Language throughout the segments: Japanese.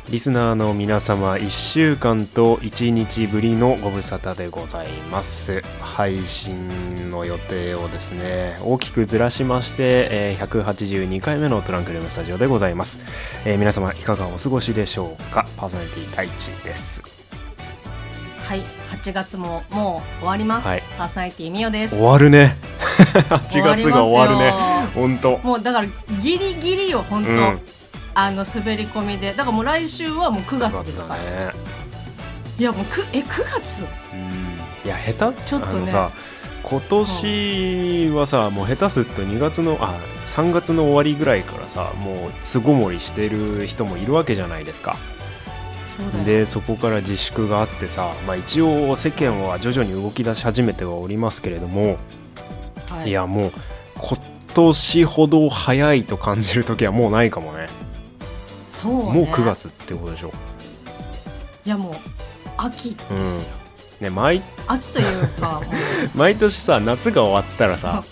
リスナーの皆様、1週間と1日ぶりのご無沙汰でございます。配信の予定をですね大きくずらしまして、182回目のトランクルームスタジオでございます。皆様いかがお過ごしでしょうか。パーソナリティ第一です。 はい、8月ももう終わります、はい、パーソナリティみおです。 終わるね8月が終わるね。本当もうだからギリギリよ本当、滑り込みでだからもう来週はもう9月ですから。9月だね。いやもう9月、 いや下手ちょっとねさ今年はさ、もう下手すると3月の終わりぐらいからさ、もう巣ごもりしてる人もいるわけじゃないですか。でそこから自粛があってさ、一応世間は徐々に動き出し始めてはおりますけれども、いやもう今年ほど早いと感じる時はもうないかもね。 そうね、 もう9月ってことでしょ。 いやもう秋ですよ、秋というか毎年さ夏が終わったらさ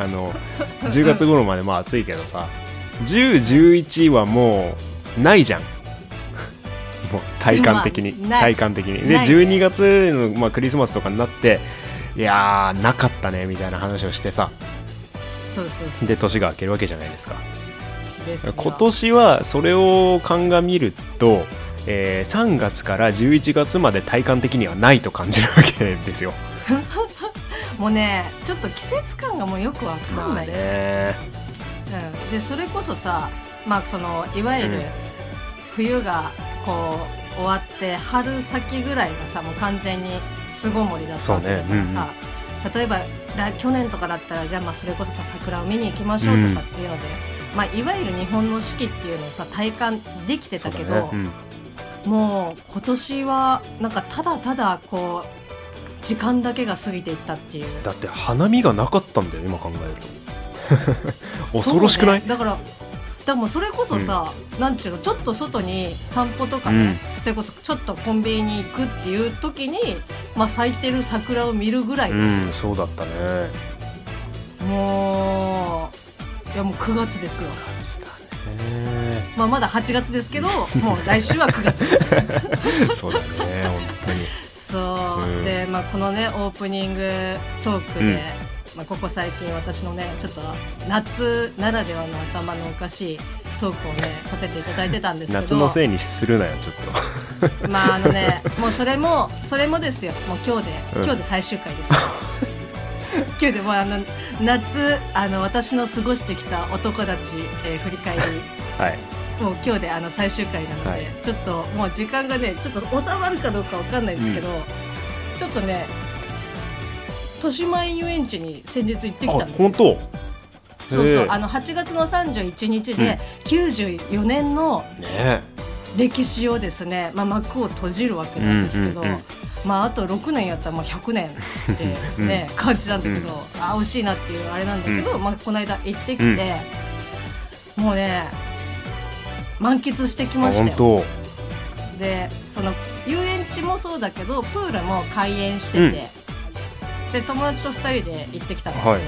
10月頃まで暑いけどさ10、11はもうないじゃんもう体感的に、で12月の、クリスマスとかになっていやーなかったねみたいな話をしてさ、 そうで年が明けるわけじゃないですか。今年はそれを鑑みると、3月から11月まで体感的にはないと感じるわけですよもうねちょっと季節感がもうよくわかんない、でそれこそさ、そのいわゆる冬がこう終わって春先ぐらいがさもう完全に巣ごもりだったわけだからさ、例えば去年とかだったらじゃあそれこそさ桜を見に行きましょうとかっていうので、いわゆる日本の四季っていうのをさ体感できてたけど、もう今年はなんかただただこう時間だけが過ぎていったっていう。 だって花見がなかったんだよ今考えると恐ろしくない？ だからもうそれこそさ、なんちゅうのちょっと外に散歩とかね、それこそちょっとコンビニに行くっていう時に、咲いてる桜を見るぐらいですよ。 そうだったね。 もういやもう9月ですよ。 9月だね。 まだ8月ですけどもう来週は9月ですそうだね本当にそう、で、このねオープニングトークで、ここ最近私のねちょっと夏ならではの頭のおかしいトークをねさせていただいてたんですけど夏のせいにするなよちょっともうそれもですよ。もう今日で最終回ですよ今日でも夏私の過ごしてきた男たち、振り返り、もう今日で最終回なので、ちょっともう時間がねちょっと収まるかどうかわかんないですけど、ちょっとね豊島園遊園地に先日行ってきたんですよ。 本当？ そう8月の31日で94年の歴史をですね、幕を閉じるわけなんですけど、あと6年やったらもう100年ってね感じなんだけど、惜しいなっていうあれなんだけど、この間行ってきて、もうね満喫してきましたよ。でその遊園地もそうだけどプールも開園してて、で友達と2人で行ってきたんだけど、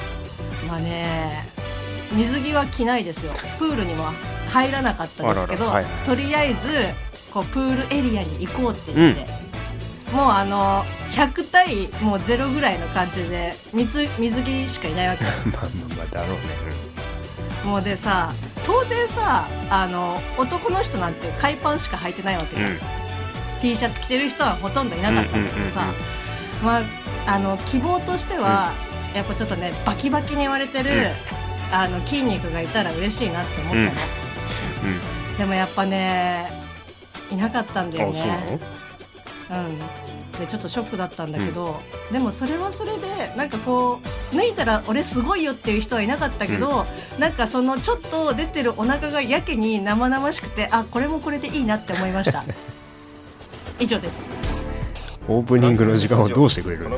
水着は着ないですよ。プールにも入らなかったですけど、とりあえずこうプールエリアに行こうって言って、もう100対もう0ぐらいの感じで水着しかいないわけですだろうね。 もうでさ当然さ男の人なんて海パンしか履いてないわけで、T シャツ着てる人はほとんどいなかったんだけどさ、希望としては、やっぱちょっとねバキバキに割れてる、筋肉がいたら嬉しいなって思ったの、でもやっぱねいなかったんだよね。でちょっとショックだったんだけど、でもそれはそれでなんかこう脱いだら俺すごいよっていう人はいなかったけど、なんかそのちょっと出てるお腹がやけに生々しくて、これもこれでいいなって思いました以上です。 オープニングの時間をどうしてくれるんだ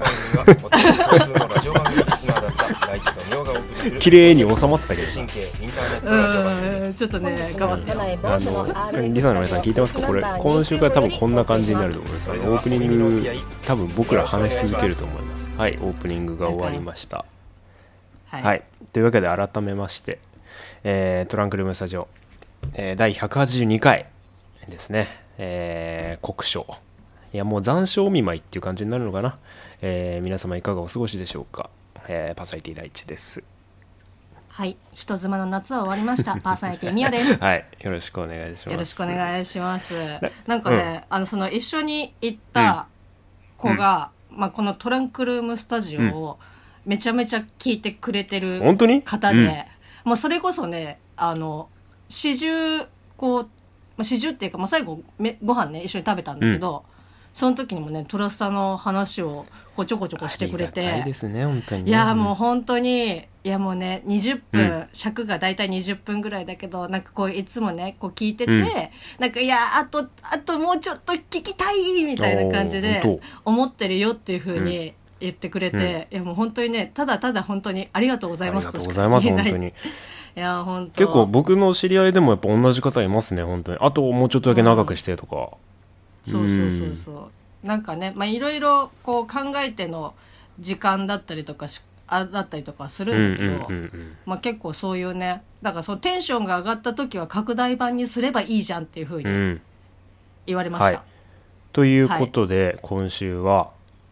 綺麗に収まったけど、ちょっとね頑張ってリサの皆さん聞いてますか？これ今週から多分こんな感じになると思います。オープニング多分僕ら話し続けると思います。オープニングが終わりました。というわけで改めまして、トランクルームスタジオ、第182回、 ですね、酷暑、いやもう残暑お見舞いっていう感じになるのかな。皆様いかがお過ごしでしょうか。パーソナリティ第一です。 はい、人妻の夏は終わりました。パーソナリティみやです。 はい、よろしくお願いします。 よろしくお願いします。なんかね、その一緒に行った子が、このトランクルームスタジオをめちゃめちゃ聞いてくれてる方で、もうそれこそね、始終始終っていうか、最後ご飯ね一緒に食べたんだけど、その時にもねトラスタの話をちょこちょこしてくれて、 ありがたいですね本当にね。 いやもう本当に、いやもうね20分、尺がだいたい20分ぐらいだけど、なんかいつもね聞いてて、なんかいやあともうちょっと聞きたいみたいな感じで思ってるよっていう風に言ってくれて、いやもう本当にねただただ本当にありがとうございますとしか言えない。ありがとうございます本当に。いや本当結構僕の知り合いでもやっぱ同じ方いますね本当に。あともうちょっとだけ長くしてとか、 そうなんかね、いろいろ考えての時間だったりとかだったりとかするんだけど、結構そういうね、だからそのテンションが上がった時は拡大版にすればいいじゃんっていう風に言われました、 ということで、今週は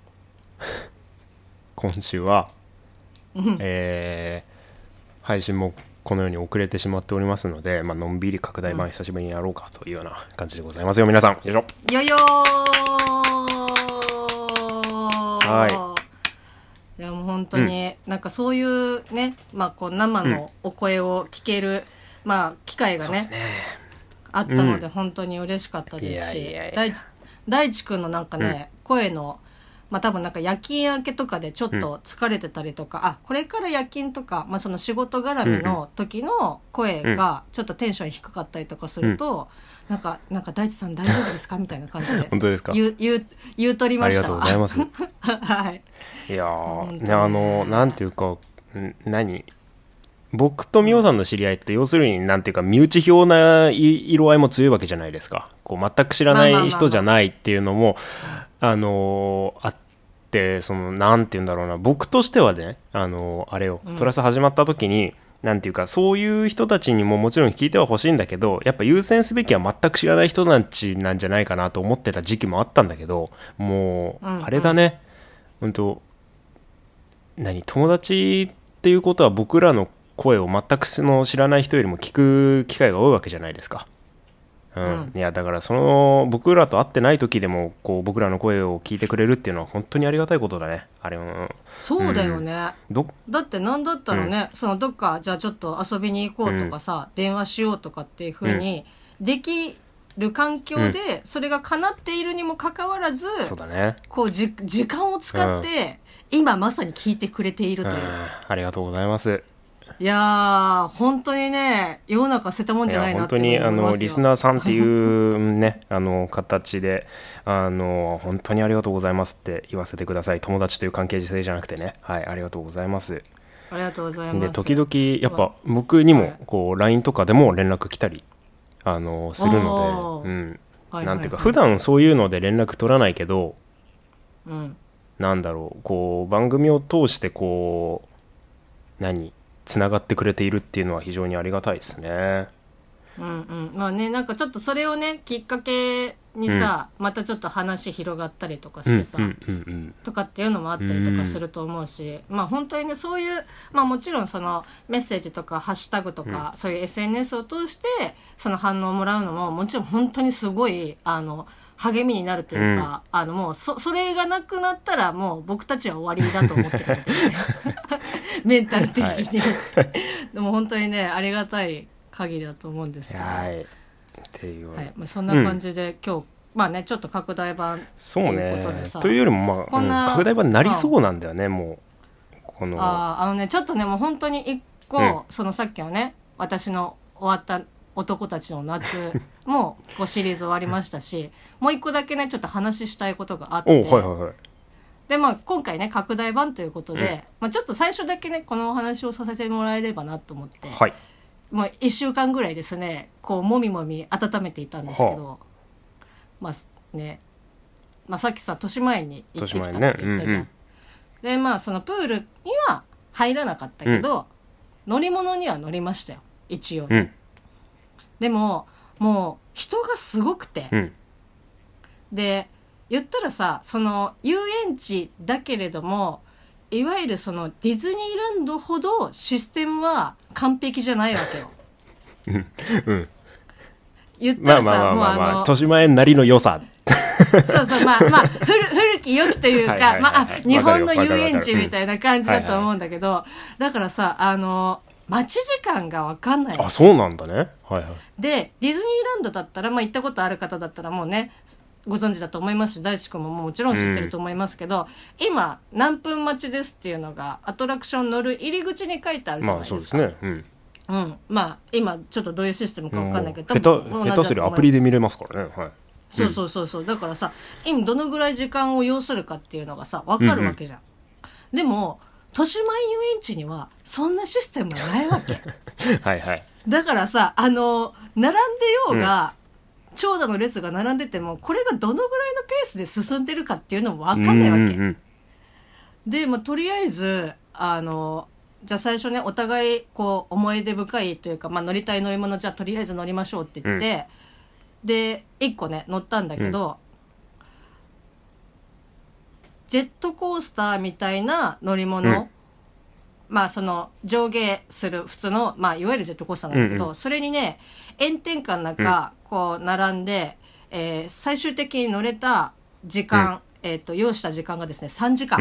配信もこのように遅れてしまっておりますので、のんびり拡大版久しぶりにやろうかというような感じでございますよ皆さん。よいしょよいよいやもう本当に、なんかそういうね、生のお声を聞ける、機会が ねあったので本当に嬉しかったですし、大地くんのなんかね、声の多分なんか夜勤明けとかでちょっと疲れてたりとか、これから夜勤とか、その仕事絡みの時の声がちょっとテンション低かったりとかすると、なんか大地さん大丈夫ですかみたいな感じで本当ですか。 言うとりました。 ありがとうございますはい、 いやー、なんていうか、僕とミオさんの知り合いって要するになんていうか身内票な色合いも強いわけじゃないですか。全く知らない人じゃないっていうのもあって、そのなんていうんだろうな、僕としてはね、あれよ、トラス始まった時になんていうか、そういう人たちにももちろん聞いてはほしいんだけど、やっぱ優先すべきは全く知らない人たちなんじゃないかなと思ってた時期もあったんだけど、もうあれだね、友達っていうことは僕らの声を全く知らない人よりも聞く機会が多いわけじゃないですか。いやだからその僕らと会ってない時でも僕らの声を聞いてくれるっていうのは本当にありがたいことだね。あれそうだよね、だってなんだったらね、そのどっかじゃあちょっと遊びに行こうとかさ、電話しようとかっていう風にできる環境で、それが叶っているにもかかわらず、 そうだね、 時間を使って、今まさに聞いてくれているという、 ありがとうございます。 いやー本当にね世の中捨てたもんじゃないなって思いますよ。 本当にリスナーさんっていうね形で本当にありがとうございますって言わせてください。友達という関係性じゃなくてね、はい、ありがとうございます。 ありがとうございます。 で時々やっぱ僕にもLINE とかでも連絡来たりするので、なんていうか普段そういうので連絡取らないけど、なんだろう、番組を通してつながってくれているっていうのは非常にありがたいですね。 なんかちょっとそれをねきっかけにさ、またちょっと話広がったりとかしてさ、とかっていうのもあったりとかすると思うし、本当にねそういう、もちろんそのメッセージとかハッシュタグとか、そういう SNS を通してその反応をもらうのももちろん本当にすごい励みになるというか、もうそれがなくなったらもう僕たちは終わりだと思ってるのでメンタル的に、でも本当にねありがたい限りだと思うんですけど、 っていう、 そんな感じで、今日ちょっと拡大版ということでさ、 というよりも拡大版になりそうなんだよね、もうちょっとねもう本当に一個、そのさっきのね私の終わった男たちの夏もシリーズ終わりましたし、もう一個だけねちょっと話したいことがあって、で今回ね拡大版ということで、ちょっと最初だけねこのお話をさせてもらえればなと思って、1週間ぐらいですねもみもみ温めていたんですけど、さっきさ年前に行ってきたって言ったじゃん。でそのプールには入らなかったけど、乗り物には乗りましたよ一応ね。でもも人がすごくて、 うん、 で言ったらさ、その遊園地だけれどもいわゆるそのディズニーランドほどシステムは完璧じゃないわけよ。 うん、 言ったらさ、もう豊島園なりの良さそうそう、まあ古き良きというか、日本の遊園地みたいな感じだと思うんだけど、だからさ、待ち時間が分かんない。 あ、そうなんだね。はいはい。 でディズニーランドだったら、行ったことある方だったらもうねご存知だと思いますし、大志くんももちろん知ってると思いますけど、今何分待ちですっていうのがアトラクション乗る入り口に書いてあるじゃないですか。 そうですね。うん。 今ちょっとどういうシステムか分かんないけど、 下手すりゃアプリで見れますからね。はい。 そうだからさ、今どのぐらい時間を要するかっていうのがさ分かるわけじゃん。でも豊島遊園地にはそんなシステムはないわけはいはい。 だからさ、並んでようが、長蛇の列が並んでてもこれがどのぐらいのペースで進んでるかっていうのも分かんないわけ、で、とりあえずじゃあ最初ね、お互いこう思い出深いというか、乗りたい乗り物、じゃあとりあえず乗りましょうって言って、で1個ね乗ったんだけど、ジェットコースターみたいな乗り物、その上下する普通の、いわゆるジェットコースターなんだけど、それにね炎天下の中、こう並んで、最終的に乗れた時間、要した時間がですね3時間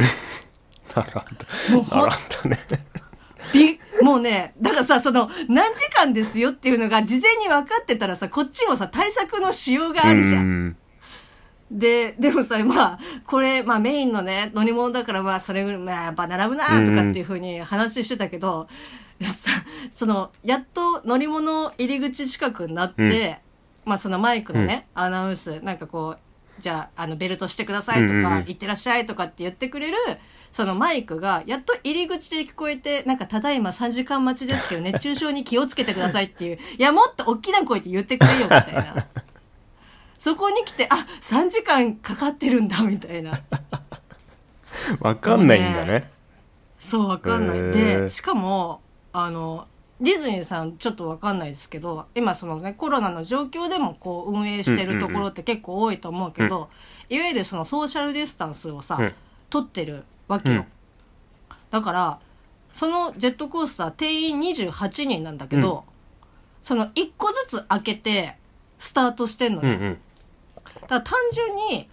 もうね、だからさ、その何時間ですよっていうのが事前に分かってたらさ、こっちもさ対策のしようがあるじゃん。でもさ、これ、メインのね乗り物だから、それぐらい、やっぱ並ぶなとかっていう風に話してたけど、そのやっと乗り物入り口近くになって、そのマイクのね、アナウンスなんかこう、じゃあベルトしてくださいとか、行ってらっしゃいとかって言ってくれるそのマイクがやっと入り口で聞こえて、なんかただいま3時間待ちですけど熱中症に気をつけてくださいっていういやもっと大きな声で言ってくれよみたいなそこに来て、3時間かかってるんだみたいなわかんないんだね。 そう、わかんない。でしかもディズニーさんちょっとわかんないですけど、今そのねコロナの状況でもこう運営してるところって結構多いと思うけど、いわゆるそのソーシャルディスタンスをさ、取ってるわけよ、だからそのジェットコースター定員28人なんだけど、その1個ずつ開けてスタートしてんのね、だから単純に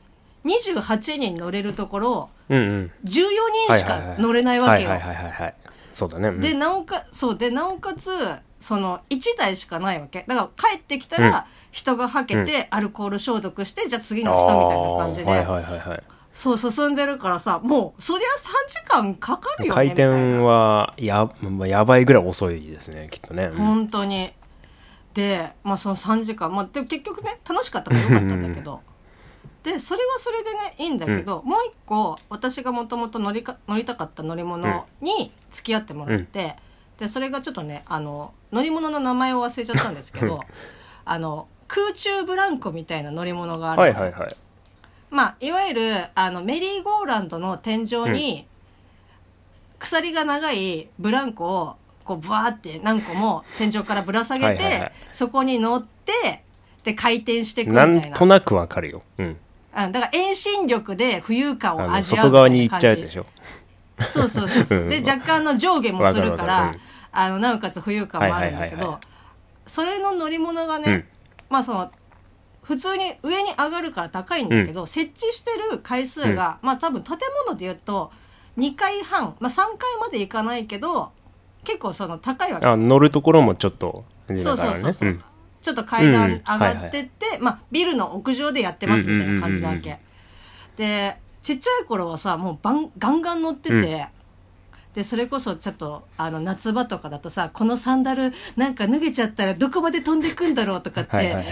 28人乗れるところ、14人しか乗れないわけよ。 そうだね。 でなおかつその1台しかないわけだから、帰ってきたら人がはけて、アルコール消毒して、じゃあ次の人みたいな感じで、そう進んでるからさ、もうそりゃ3時間かかるよね。 回転はやばいぐらい遅いですね、きっとね。 本当に。で、その3時間、で結局ね楽しかったからよかったんだけどでそれはそれでねいいんだけど、もう一個私がもともと乗りたかった乗り物に付き合ってもらって、でそれがちょっとね乗り物の名前を忘れちゃったんですけど空中ブランコみたいな乗り物がある、いわゆるメリーゴーランドの天井に鎖が長いブランコをこうブワーって何個も天井からぶら下げて、そこに乗ってで回転していくみたいな。 なんとなくわかるよ。 だから遠心力で浮遊感を味わうみたいな感じ。 外側に行っちゃうやつでしょ。 そうで若干の上下もするからなおかつ浮遊感もあるんだけど、それの乗り物がね、その普通に上に上がるから高いんだけど、設置してる回数が、多分建物で言うと2階半、3階まで行かないけど結構その高いわけ。 乗るところもちょっとそうちょっと階段上がってって、ビルの屋上でやってますみたいな感じなわけ、でちっちゃい頃はさもうガンガン乗ってて、でそれこそちょっと夏場とかだとさ、このサンダルなんか脱げちゃったらどこまで飛んでいくんだろうとかって、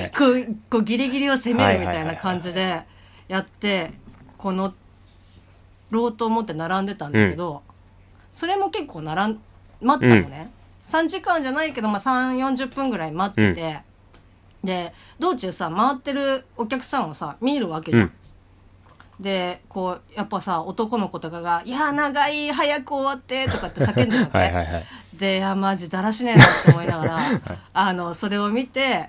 こうギリギリを攻めるみたいな感じでやってこう乗ろうと思って並んでたんだけど、それも結構待ったのね、3時間じゃないけど、3、40分ぐらい待ってて、で道中さ回ってるお客さんをさ見るわけじゃん、でこうやっぱさ男の子とかがいや長い早く終わってとかって叫んでるのねでマジだらしねえなって思いながらそれを見て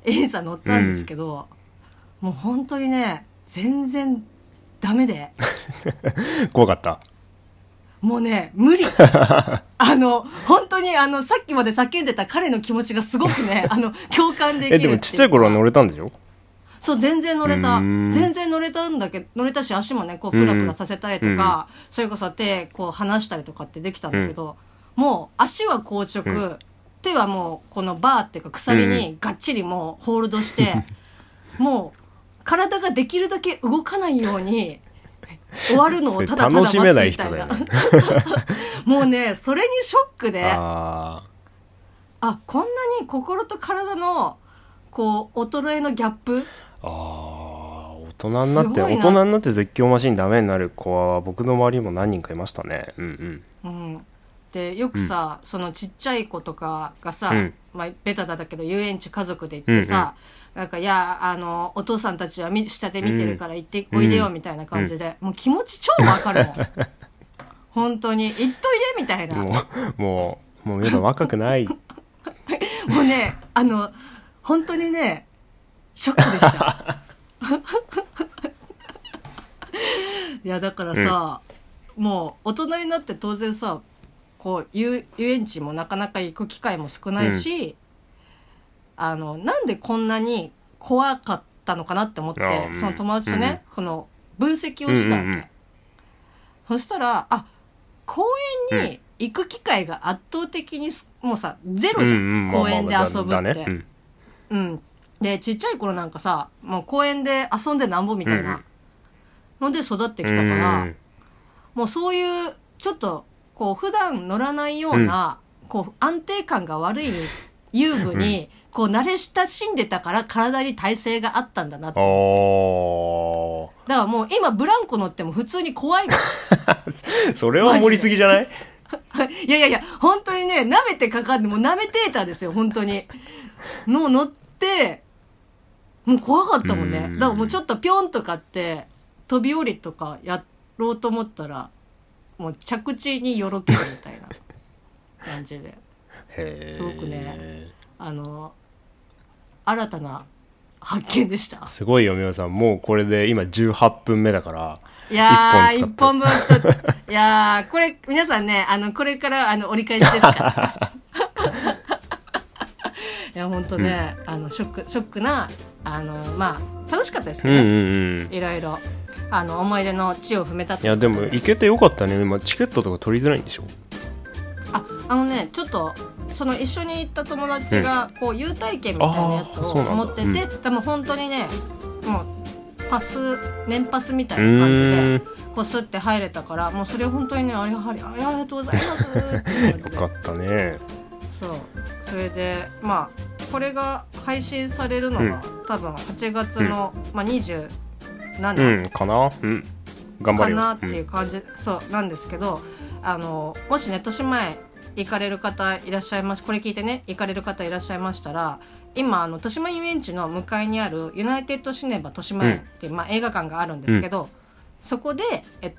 エリさん乗ったんですけど、もう本当にね全然ダメで怖かった。 もうね無理本当にさっきまで叫んでた彼の気持ちがすごくね共感できるっていうか。 でもちっちゃい頃は乗れたんでしょ？ そう全然乗れたんだけど、乗れたし足もねこうプラプラさせたりとか、それこそ手こう離したりとかってできたんだけど、もう足は硬直、手はもうこのバーっていうか鎖にがっちりもうホールドして、もう体ができるだけ動かないように終わるのをただただ待つみたいな。楽しめない人だよねもうねそれにショックで、こんなに心と体のこう衰えのギャップ。 大人になって絶叫マシンダメになる子は僕の周りにも何人かいましたね。 でよくさ、そのちっちゃい子とかがさ、ベタだけど遊園地家族で行ってさ、なんかいやお父さんたちは下で見てるから行っておいでよみたいな感じで、もう気持ち超わかるもん本当に行っといでみたいな。 もう皆さん若くないもうね本当にねショックでしたいやだからさ、もう大人になって当然さこう遊園地もなかなか行く機会も少ないし、なんでこんなに怖かったのかなって思って、その友達とね、この分析をしたわけ、そしたら公園に行く機会が圧倒的にもうさゼロじゃん、公園で遊ぶって、でちっちゃい頃なんかさもう公園で遊んでなんぼみたいなので育ってきたから、もうそういうちょっとこう普段乗らないような、こう安定感が悪い遊具にこう慣れ親しんでたから体に耐性があったんだなって。だからもう今ブランコ乗っても普通に怖いのそれは盛りすぎじゃないいや本当にね舐めてかかってもう舐めてーたですよ本当に乗ってもう怖かったもんね。だからもうちょっとピョンとかって飛び降りとかやろうと思ったらもう着地によろけるみたいな感じですごくね新たな発見でした。 すごいよみおさん、もうこれで今18分目だから、 いやー1本分といやーこれ皆さんねこれから折り返しですからいや本当ね、ショックなまあ楽しかったですけどね、いろいろ思い出の地を踏めたって。 いやでも行けてよかったね。今チケットとか取りづらいんでしょ？ ちょっとその一緒に行った友達がこう優待券みたいなやつを持ってて、多分本当にねもう年パスみたいな感じでこうスッて入れたから、もうそれ本当にねありがとうございますってよかったね。 そうそれでまあこれが配信されるのが、多分8月の、27、 かな、頑張れよかなっていう感じ、そうなんですけど、もしね豊島園行かれる方いらっしゃいます、これ聞いてね行かれる方いらっしゃいましたら、今豊島遊園地の向かいにあるユナイテッドシネマ豊島園っていう、映画館があるんですけど、そこで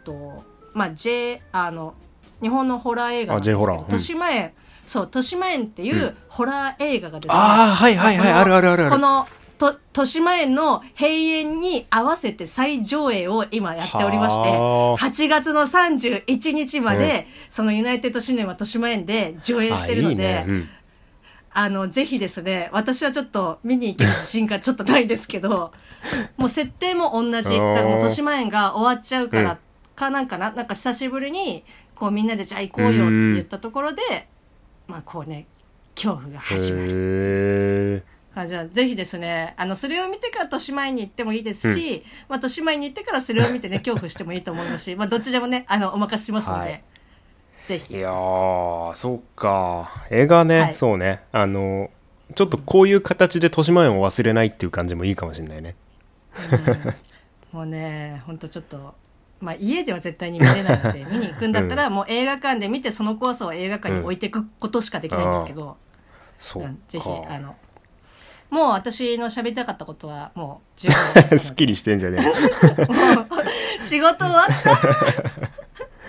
日本のホラー映画なんですけど、豊島園豊島園っていうホラー映画がですね、 あるこの豊島園の閉園に合わせて再上映を今やっておりまして、8月の31日まで、そのユナイテッドシネマ豊島園で上映してるので、ぜひですね、私はちょっと見に行ける自信がちょっとないですけどもう設定も同じ、もう豊島園が終わっちゃうからなんか久しぶりにこうみんなでじゃあ行こうよって言ったところで、こうね恐怖が始まる。じゃあぜひですねそれを見てから豊島園に行ってもいいですし、豊島園に行ってからそれを見てね恐怖してもいいと思いますし、どっちでもねお任せしますので、ぜひ。いやそうか映画ね、そうねちょっとこういう形で豊島園を忘れないっていう感じもいいかもしれないね、 もうねほんとちょっと家では絶対に見れないので見に行くんだったら、もう映画館で見てその怖さを映画館に置いていくことしかできないんですけど、ぜひもう私の喋りたかったことはもう十分すっきりしてんじゃねえもう仕事終わった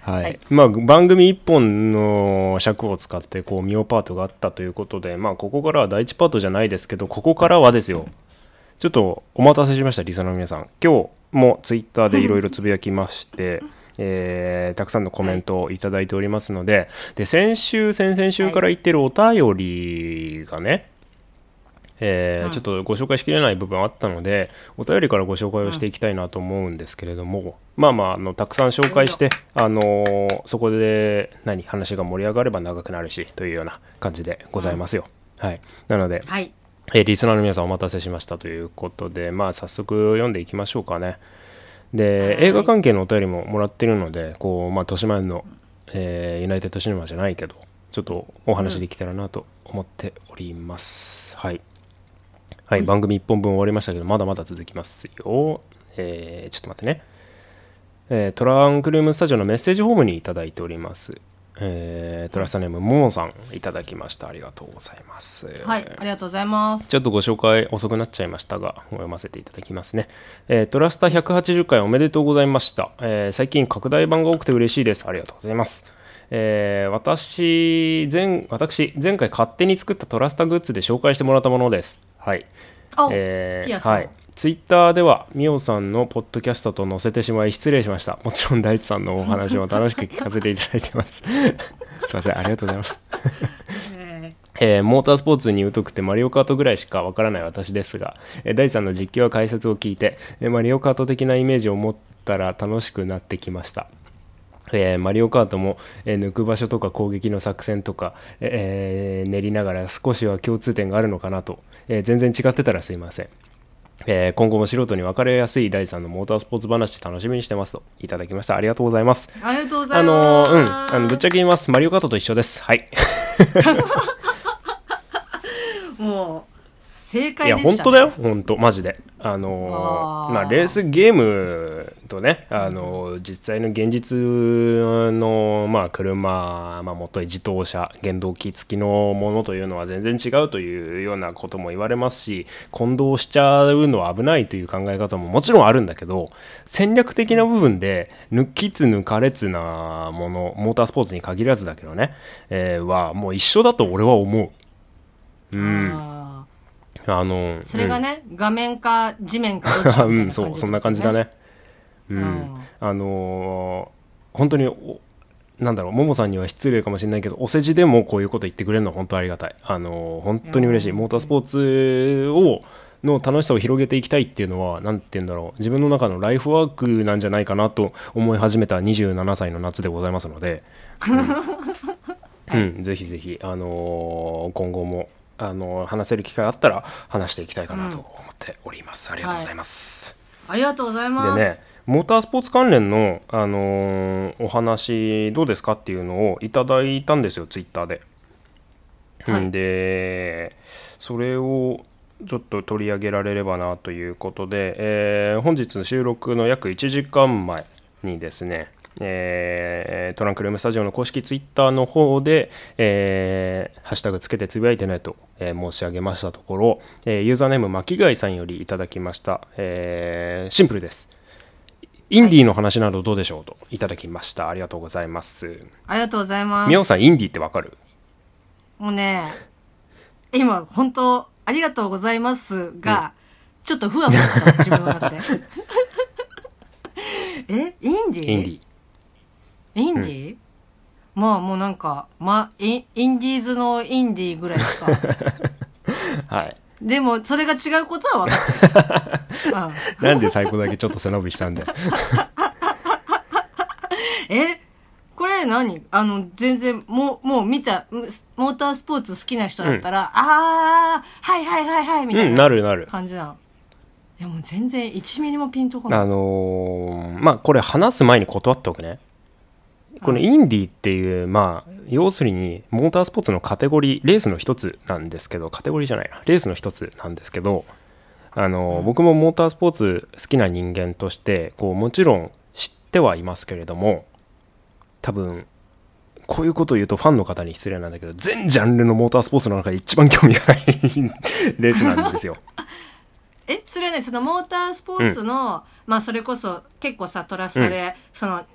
はい、 はい、 まあ番組1本の尺を使ってこうミオパートがあったということで、まあここからは第1パートじゃないですけど、ここからはですよ、ちょっとお待たせしましたリスナーの皆さん。今日もツイッターでいろいろつぶやきましてたくさんのコメントをいただいておりますので、先々週から言ってるお便りがね、ちょっとご紹介しきれない部分あったので、お便りからご紹介をしていきたいなと思うんですけれども、たくさん紹介して、そこで話が盛り上がれば長くなるしというような感じでございますよ。はい、なので、リスナーの皆さんお待たせしましたということで、早速読んでいきましょうかね。で、映画関係のお便りももらってるので、こう、豊島園の、ユナイテッドシネマじゃないけど、ちょっとお話できたらなと思っております。はい、番組1本分終わりましたけど、まだまだ続きますよ。ちょっと待ってね。トランクルームスタジオのメッセージフォームにいただいております。トラスタネームももさんいただきました。ありがとうございます。 はい、ありがとうございます。 ちょっとご紹介遅くなっちゃいましたが読ませていただきますね。トラスタ180回おめでとうございました。最近拡大版が多くて嬉しいです。ありがとうございます。私前回勝手に作ったトラスタグッズで紹介してもらったものです。はい、はい、ツイッターではミオさんのポッドキャストと載せてしまい失礼しました。もちろん大地さんのお話も楽しく聞かせていただいてますすいません、ありがとうございますモータースポーツに疎くてマリオカートぐらいしかわからない私ですが、大地さんの実況や解説を聞いて、マリオカート的なイメージを持ったら楽しくなってきました。マリオカートも、抜く場所とか攻撃の作戦とか、練りながら少しは共通点があるのかなと、全然違ってたらすいません。今後も素人に分かりやすい第3のモータースポーツ話楽しみにしてますといただきました。ありがとうございます。 ありがとうございます。 ぶっちゃけ言います。マリオカートと一緒です。はいもう正解でしたね。 いや本当だよ、本当マジでレースゲームとね、実際の現実の、車、もとい自動車原動機付きのものというのは全然違うというようなことも言われますし、混同しちゃうのは危ないという考え方ももちろんあるんだけど、戦略的な部分で抜きつ抜かれつなもの、モータースポーツに限らずだけどね、はもう一緒だと俺は思う。 それがね、画面か地面かどっちかみたいな感じ、 そうそんな感じだね。本当にももさんには失礼かもしれないけど、お世辞でもこういうこと言ってくれるのは本当ありがたい。本当に嬉しい。モータースポーツの楽しさを広げていきたいっていうのはなんて言うんだろう、自分の中のライフワークなんじゃないかなと思い始めた27歳の夏でございますので、ぜひぜひ、今後も話せる機会あったら話していきたいかなと思っております。ありがとうございます。 ありがとうございます。 でね、モータースポーツ関連の、お話どうですかっていうのをいただいたんですよ、ツイッターで。でそれをちょっと取り上げられればなということで、本日収録の約1時間前にですね、トランクルームスタジオの公式ツイッターの方で、ハッシュタグつけてつぶやいてねと、申し上げましたところ、ユーザーネーム巻貝さんよりいただきました。シンプルです。インディーの話などどうでしょうといただきました。ありがとうございます。 ありがとうございます。 みおさん、インディーってわかる？ もうね、今本当ありがとうございますが、ちょっとふわふわした自分の中でインディー？ インディー、 インディー、もうなんか、インディーズのインディーぐらいしかはい。 でもそれが違うことは分かってるなんで最後だけちょっと背伸びしたんだよこれ何全然もう見たモータースポーツ好きな人だったら、はいはいはいはいみたいな感じなの。いやもう全然1ミリもピンとこない。 これ話す前に断っておくね。このインディーっていう、要するにモータースポーツのカテゴリー、レースの一つなんですけど、カテゴリーじゃないな、レースの一つなんですけど、僕もモータースポーツ好きな人間としてもちろん知ってはいますけれども、多分こういうことを言うとファンの方に失礼なんだけど、全ジャンルのモータースポーツの中で一番興味がないレースなんですよそれはね、そのモータースポーツの、それこそ結構さトラスタで、その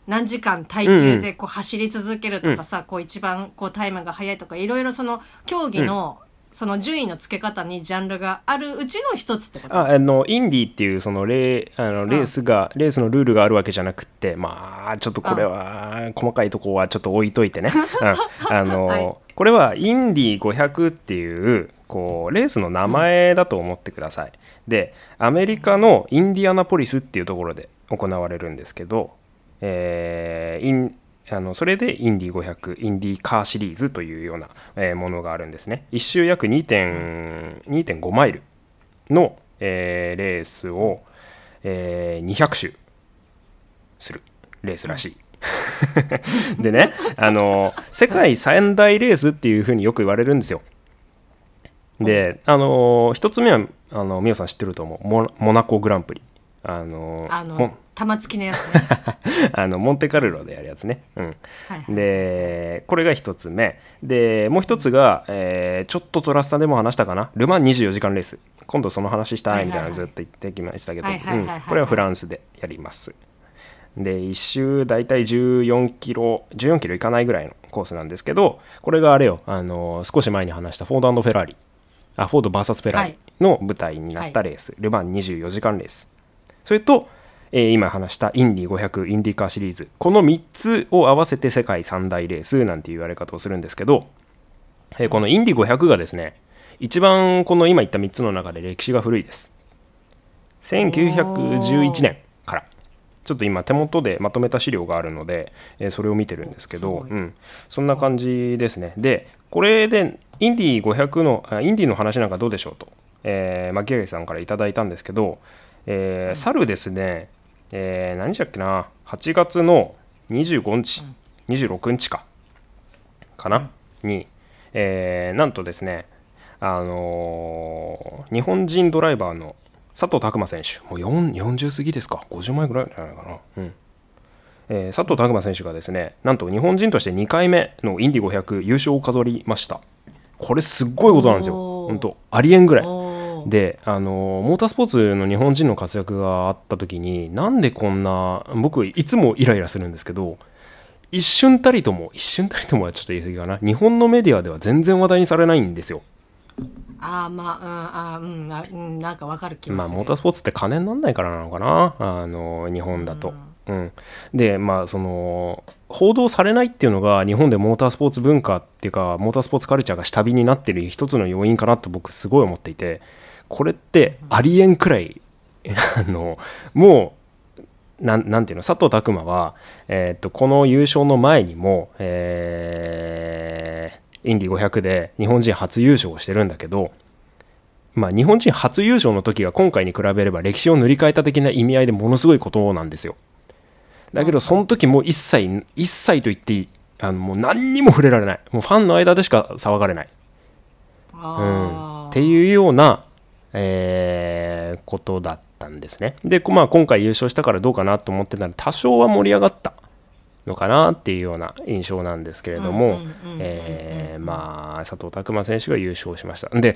何時間耐久でこう走り続けるとかさ、こう一番こうタイムが速いとか、いろいろその競技のその順位の付け方にジャンルがあるうちの一つってこと？ インディっていうそのレースのルールがあるわけじゃなくて、まあちょっとこれは細かいとこはちょっと置いといてね、はい、これはインディ500っていうこうレースの名前だと思ってください。でアメリカのインディアナポリスっていうところで行われるんですけど、それでインディ500インディカーシリーズというようなものがあるんですね。1周約 2.5 マイルのレースを200周するレースらしいでね、世界三大レースっていう風によく言われるんですよ。で一つ目はみおさん知ってると思う、モナコグランプリ、 玉突きのやつねモンテカルロでやるやつね、うん、 はいはい、 でこれが一つ目で、もう一つが、ちょっとトラスタでも話したかな、ル・マン24時間レース、今度その話したいみたいなのずっと言ってきましたけど、これはフランスでやります。で1周だいたい14キロいかないぐらいのコースなんですけど、これがあれよ、少し前に話したフォード&フェラーリ、フォード VS フェラーリの舞台になったレース、ル・マン24時間レース、それと今話したインディ500インディカーシリーズ、この3つを合わせて世界三大レースなんていう言われ方をするんですけど、このインディ500がですね、一番この今言った3つの中で歴史が古いです。1911年から。ちょっと今手元でまとめた資料があるので、それを見てるんですけど、そんな感じですね。でこれでインディ500のインディの話なんかどうでしょうと、牧上さんからいただいたんですけど、去るですね、何日だっけな、8月の25日、26日かなに、なんとですね、日本人ドライバーの佐藤拓磨選手、もう40過ぎですか、50前ぐらいじゃないかな、佐藤拓磨選手がですね、なんと日本人として2回目のインディ500優勝を飾りました。これすっごいことなんですよ、本当ありえんぐらいで、モータースポーツの日本人の活躍があった時に、なんでこんな、僕いつもイライラするんですけど、一瞬たりともはちょっと言い過ぎかな、日本のメディアでは全然話題にされないんですよ。 なんかわかる気もする。 モータースポーツって金にならないからなのかな、日本だと。でその報道されないっていうのが日本でモータースポーツ文化っていうかモータースポーツカルチャーが下火になってる一つの要因かなと僕すごい思っていて、これってありえんくらいもうなんていうの、佐藤拓磨は、この優勝の前にも、インディ500で日本人初優勝をしてるんだけど、日本人初優勝の時が今回に比べれば歴史を塗り替えた的な意味合いでものすごいことなんですよ。だけどその時も一切と言っていい、もう何にも触れられない、もうファンの間でしか騒がれない、っていうような、ことだったんですね。で、今回優勝したからどうかなと思ってたら多少は盛り上がったのかなっていうような印象なんですけれども、佐藤拓磨選手が優勝しました。で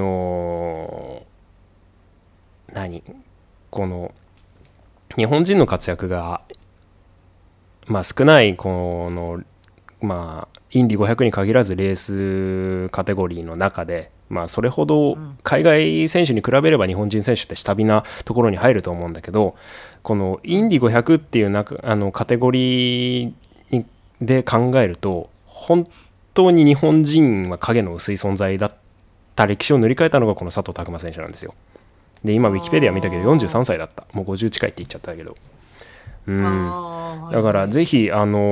この日本人の活躍が少ないこのインディ500に限らずレースカテゴリーの中で、それほど海外選手に比べれば日本人選手って下火なところに入ると思うんだけど、このインディ500っていうカテゴリーで考えると本当に日本人は影の薄い存在だった歴史を塗り替えたのがこの佐藤拓磨選手なんですよ。で今ウィキペディア見たけど43歳だった。もう50近いって言っちゃったけど、だからぜひ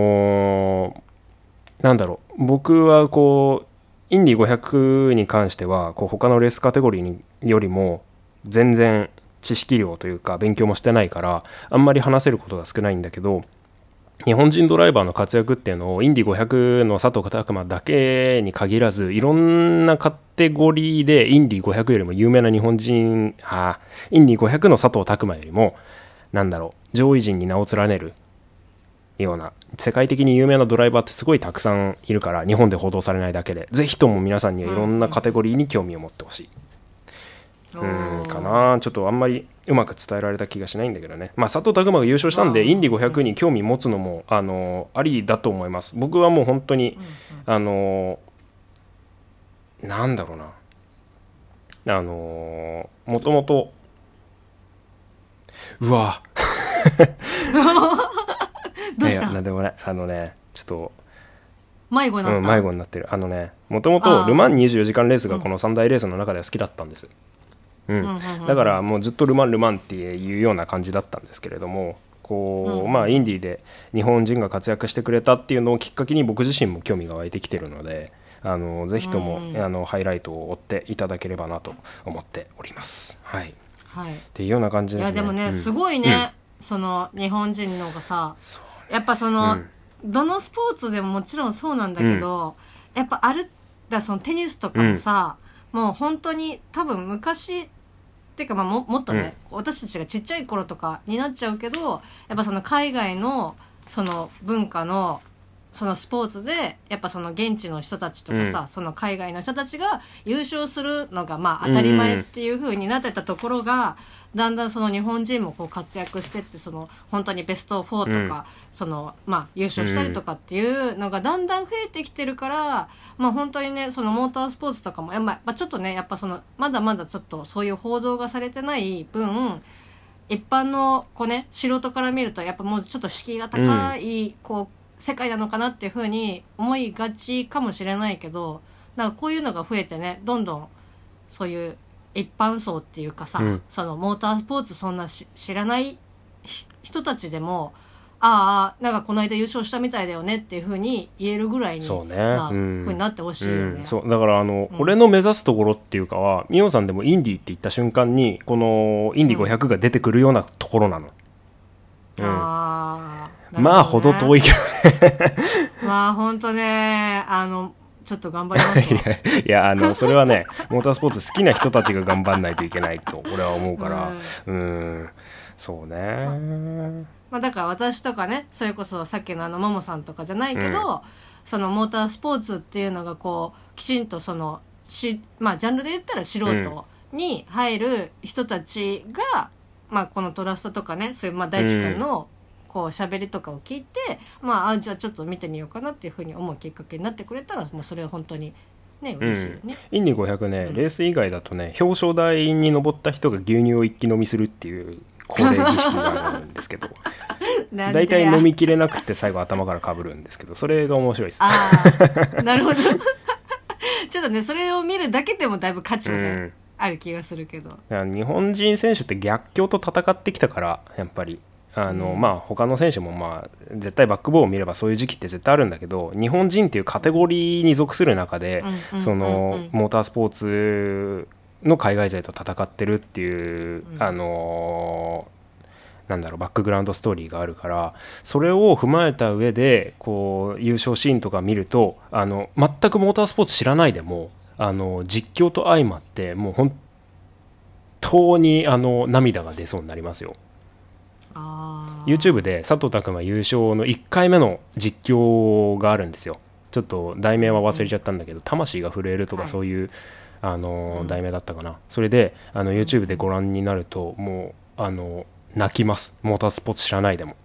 僕はインディ500に関しては他のレースカテゴリーよりも全然知識量というか勉強もしてないからあんまり話せることが少ないんだけど、日本人ドライバーの活躍っていうのをインディ500の佐藤拓磨だけに限らずいろんなカテゴリーでインディ500よりも有名なインディ500の佐藤拓磨よりも上位陣に名を連ねるような世界的に有名なドライバーってすごいたくさんいるから、日本で報道されないだけでぜひとも皆さんにはいろんなカテゴリーに興味を持ってほしい、かかな。ちょっとあんまりうまく伝えられた気がしないんだけどね。まあ佐藤拓磨が優勝したんでインディ500に興味持つのもありだと思います。僕はもう本当になんだろうな、もともとうわどうした？ いやなんでもないちょっと迷子になった、 迷子になってる。もともとルマン24時間レースがこの3大レースの中では好きだったんです。だからもうずっとルマンっていうような感じだったんですけれども、こうまあインディーで日本人が活躍してくれたっていうのをきっかけに僕自身も興味が湧いてきてるので、ぜひともハイライトを追っていただければなと思っております。はい、はい、っていうような感じですね。 いやでもね、すごいね、その日本人のがさ、やっぱその、どのスポーツでももちろんそうなんだけど、やっぱそのテニスとかもさ、もう本当に多分昔っていうか、まあ、もっとね、私たちがちっちゃい頃とかになっちゃうけど、やっぱその海外のその文化のそのスポーツでやっぱその現地の人たちとかさ、その海外の人たちが優勝するのがまあ当たり前っていう風になってたところが、だんだんその日本人もこう活躍してって、その本当にベスト4とか、そのまあ優勝したりとかっていうのがだんだん増えてきてるから、まあ本当にね、そのモータースポーツとかもまあちょっとね、やっぱそのまだまだちょっとそういう報道がされてない分、一般のこうね、素人から見るとやっぱもうちょっと敷居が高いこう世界なのかなっていう風に思いがちかもしれないけど、なんかこういうのが増えてね、どんどんそういう一般層っていうかさ、そのモータースポーツそんな知らない人たちでも、なんかこの間優勝したみたいだよねっていう風に言えるぐらいになってほしいよね。 そうだから俺の目指すところっていうかは、ミオさんでもインディって言った瞬間にこのインディ500が出てくるようなところなの。まあほど遠いけどねまあ本当ね、ちょっと頑張りますわいやそれはねモータースポーツ好きな人たちが頑張んないといけないと俺は思うから、そうね、 まあ、だから私とかね、それこそさっきのももさんとかじゃないけど、そのモータースポーツっていうのがこうきちんとそのまあジャンルで言ったら素人に入る人たちが、まあこのトラストとかね、そういうまあ大地君のこう喋りとかを聞いて、まあじゃあちょっと見てみようかなっていうふうに思うきっかけになってくれたら、もうそれは本当にね嬉しいよね。 インディ500ね、レース以外だとね、表彰台に上った人が牛乳を一気飲みするっていう恒例儀式があるんですけどだいたい飲みきれなくて最後頭からかぶるんですけど、それが面白いです。 なるほどちょっとね、それを見るだけでもだいぶ価値もね、ある気がするけど、 日本人選手って逆境と戦ってきたから、やっぱりまあ他の選手もまあ絶対バックボーンを見ればそういう時期って絶対あるんだけど、日本人っていうカテゴリーに属する中で、そのモータースポーツの海外勢と戦ってるっていう、なんだろう、バックグラウンドストーリーがあるから、それを踏まえた上でこう優勝シーンとか見ると、全くモータースポーツ知らないでも実況と相まってもう本当に涙が出そうになりますよ。YouTube で佐藤拓磨優勝の1回目の実況があるんですよ。ちょっと題名は忘れちゃったんだけど、魂が震えるとかそういう、題名だったかな。それでYouTube でご覧になるともう泣きます。モータースポーツ知らないでも。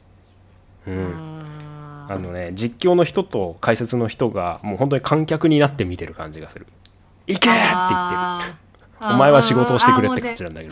実況の人と解説の人がもう本当に観客になって見てる感じがする。行けーって言ってる。お前は仕事をしてくれって感じなんだけど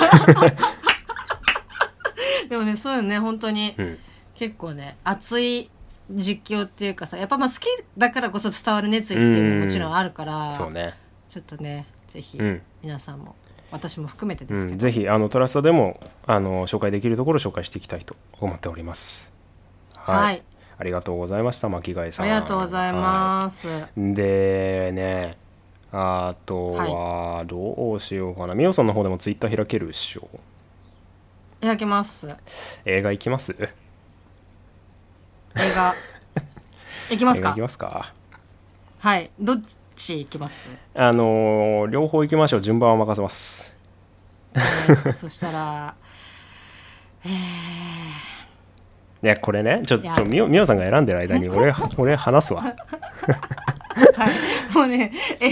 でもね、そういうのね、本当に、結構ね、熱い実況っていうかさ、やっぱまあ好きだからこそ伝わる熱意っていうのももちろんあるから、 そうね、ちょっとね、ぜひ皆さんも、私も含めてですけど、 ぜひトラスタでも紹介できるところを紹介していきたいと思っております。はい、ありがとうございました、巻貝さん。 ありがとうございます。 でね、あとはどうしようかな。みおさんの方でもツイッター開けるっしょ。 開けます。 映画行きます？ 映画行きますか？ 行きますか。 はい、どっち行きます？ 両方行きましょう。順番は任せます。 そしたらいやこれね、ちょっとみおさんが選んでる間に俺話すわ。はい、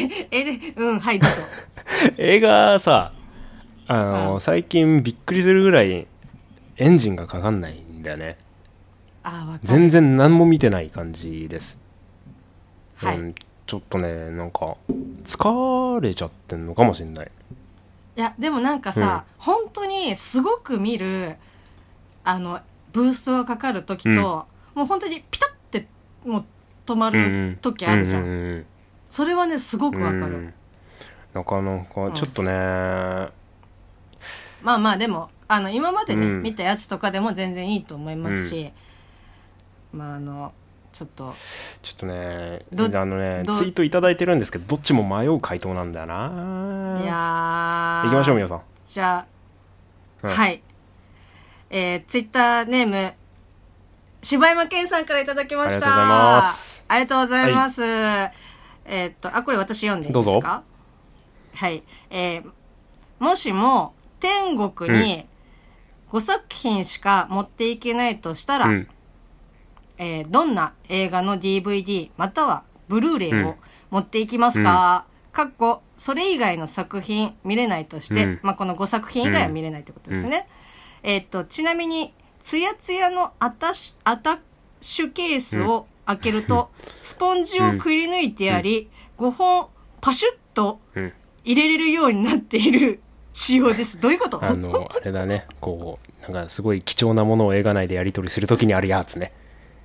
もうね、はいどうぞ。 映画さ、 最近びっくりするぐらいエンジンがかかんないんだよね。 わかる。 全然何も見てない感じです。 はい、 ちょっとねなんか疲れちゃってんのかもしれない。 いやでもなんかさ、本当にすごく見るブーストがかかる時と、もう本当にピタッてもう止まる時あるじゃん、それはねすごくわかる、 なかなかちょっとね、 まあまあでも今までね、見たやつとかでも全然いいと思いますし、まあちょっとねツイートいただいてるんですけど、どっちも迷う回答なんだよな。 いや行きましょう皆さん。 じゃあ、はい、ツイッターネーム柴山健さんからいただきました。ありがとうございます。はい、これ私読んでいいですか？どうぞ。はい、もしも天国に5作品しか持っていけないとしたら、どんな映画の DVD またはブルーレイを持っていきますか？かっこそれ以外の作品見れないとして、この5作品以外は見れないってことですね。ちなみにツヤツヤのアタッシュケースを開けると、スポンジをくり抜いてあり、5本パシュッと入れれるようになっている仕様です。どういうこと？ あれだね、こうなんかすごい貴重なものを映画内でやり取りするときにあるやつね。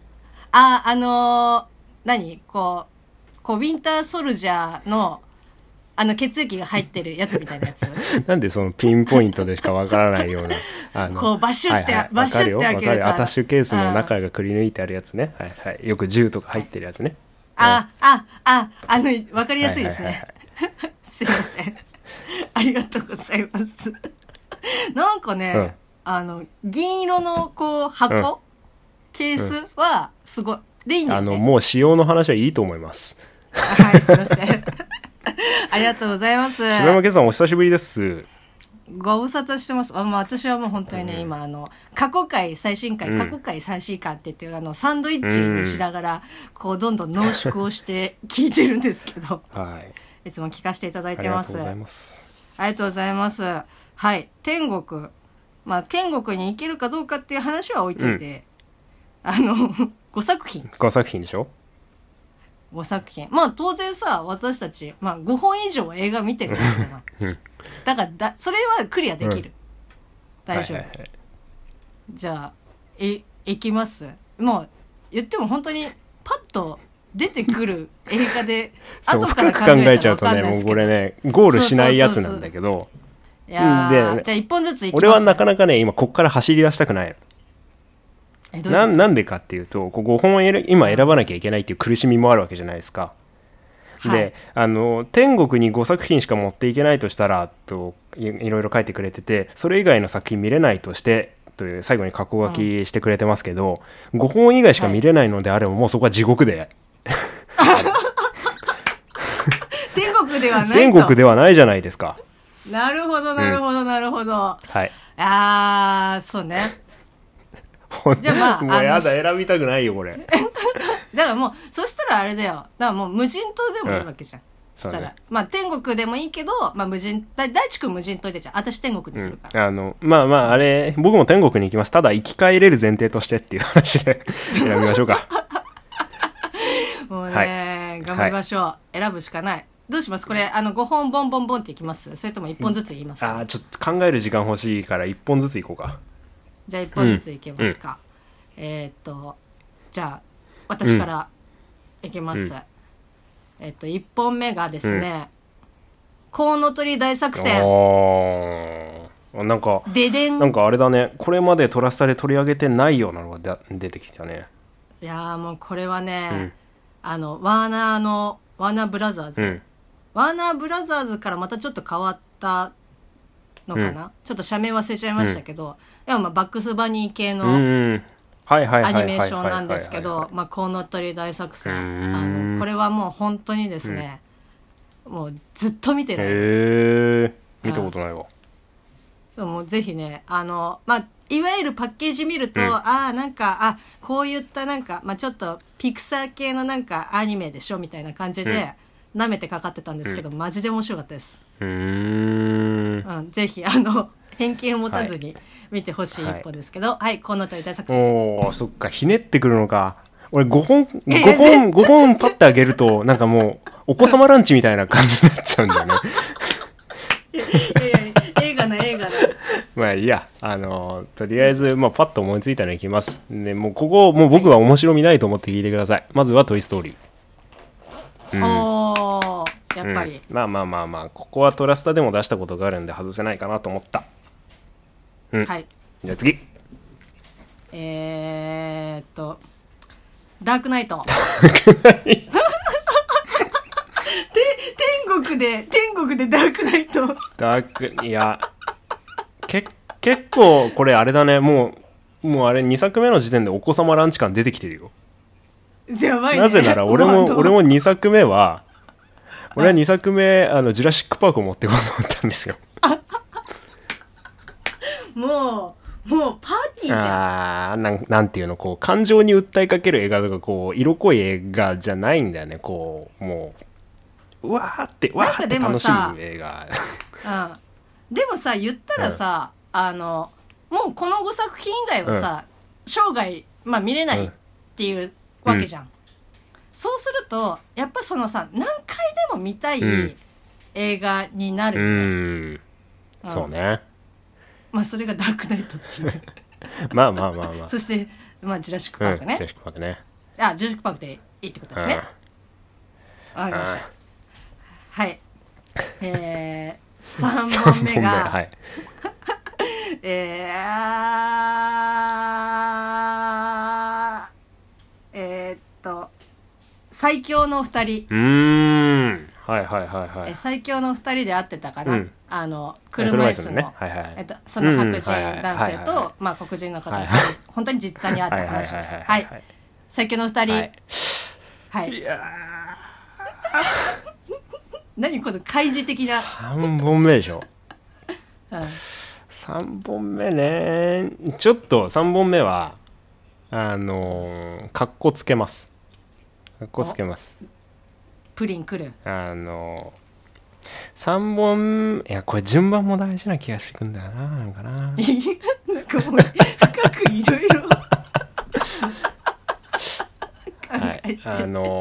何こうウィンターソルジャーの血液が入ってるやつみたいなやつなんでそのピンポイントでしかわからないようなこうバシュって、バシュって開けるとアタッシュケースの中がくり抜いてあるやつね。はいはい、よく銃とか入ってるやつね。 わかりやすいですね。すいませんありがとうございますなんかね、銀色のこう箱、ケースはすごい、でいいんだよね。 もう仕様の話はいいと思います。 はい、すいませんありがとうございます。 柴山健さんお久しぶりです。 ご無沙汰してます。私はもう本当にね、今過去回最新回、過去回最新回って言ってサンドイッチにしながら、こうどんどん濃縮をして聞いてるんですけど、いつも聞かせていただいてます。ありがとうございます。ありがとうございます。はい、天国、天国に行けるかどうかっていう話は置いといて、5作品でしょ。 5作品、当然さ、私たち、5本以上映画見てるわけじゃないだからそれはクリアできる、大丈夫、じゃあいきます。もう言っても本当にパッと出てくる映画で後から考えちゃうとね、もうこれねゴールしないやつなんだけど、 いやでじゃあ1本ずついきます。 俺はなかなかね今こっから走り出したくないの。なんでかっていうと、5本を今選ばなきゃいけないっていう苦しみもあるわけじゃないですか。で、天国に5作品しか持っていけないとしたらと いろいろ書いてくれてて、それ以外の作品見れないとしてという最後に括弧書きしてくれてますけど、5本以外しか見れないのであれば、もうそこは地獄で天国ではないと。 天国ではないじゃないですか。 なるほどなるほどなるほど、 はい。 そうねじゃあもうやだ、選びたくないよこれだからもうそしたらあれだよ、だからもう無人島でもいいわけじゃん、そしたら、天国でもいいけど、無人大地君無人島でじゃん、私天国にするから、 あれ僕も天国に行きます。ただ生き返れる前提としてっていう話で選びましょうかもうね、頑張りましょう、選ぶしかない。どうしますこれ5本ボンボンボンっていきます？それとも1本ずつ言います？ ちょっと考える時間欲しいから1本ずついこうか。 じゃあ1本ずついけますか、じゃあ私からいきます、1本目がですね、コウノトリ大作戦。 なんかででん、 なんかあれだね、これまでトラスタで取り上げてないようなのが出てきたね。 いやもうこれはね、ワーナーブラザーズ、ワーナーブラザーズからまたちょっと変わったのかな、ちょっと社名忘れちゃいましたけど、バックスバニー系のアニメーションなんですけど、コウノトリ大作戦、これはもう本当にですね、もうずっと見てる。 見たことないわ。 もうぜひね、いわゆるパッケージ見ると、なんかこういったなんか、ちょっとピクサー系のなんかアニメでしょみたいな感じで、舐めてかかってたんですけど、マジで面白かったです。 ぜひ偏見を持たずに見てほしい一本ですけど、はい、コウノトリ大作戦。 おー、そっか、ひねってくるのか。俺5本パッてあげるとなんかもうお子様ランチみたいな感じになっちゃうんだよね。 いや映画なまあいいや、とりあえず、まあ、パッと思いついたのいきます。でもうここもう僕は面白みないと思って聞いてください。まずはトイストーリー。 おー、やっぱり、 まあここはトラスタでも出したことがあるんで外せないかなと思った。 はい。 じゃあ次。 ダークナイト。天国でダークナイト。 いや結構これあれだね。もうあれ2作目の時点でお子様ランチ感出てきてるよ。 やばいね。 なぜなら俺も2作目は俺は2作目ジュラシックパークを持ってこうと思ったんですよ。 もうパーティーじゃん。 なんていうの、こう感情に訴えかける映画とかこう色濃い映画じゃないんだよね。こうもうわーって楽しむ映画。 でもさ言ったらさ、もうこの5作品以外はさ、生涯、見れないっていうわけじゃん。そうするとやっぱそのさ何回でも見たい映画になるよね。 そうね。 それがダークナイトっていう。 まあ。 そして、ジュラシックパークね。 ジュラシックパークね。 ジュラシックパークでいいってことですね。わかりました。はい。3本目が、 はい、 最強の2 人。はい。 最強の2人で会ってたかな。車椅子の、その白人男性と、黒人の方が本当に実際に会った話です。はい。最強の2人。はい。いや何この開示的な。 3本目でしょ。3本目ね。ちょっと3本目はかっこつけます。 プリン来る。 3本、いやこれ順番も大事な気がしてくんだよな。なんかもう深くいろいろ考えて。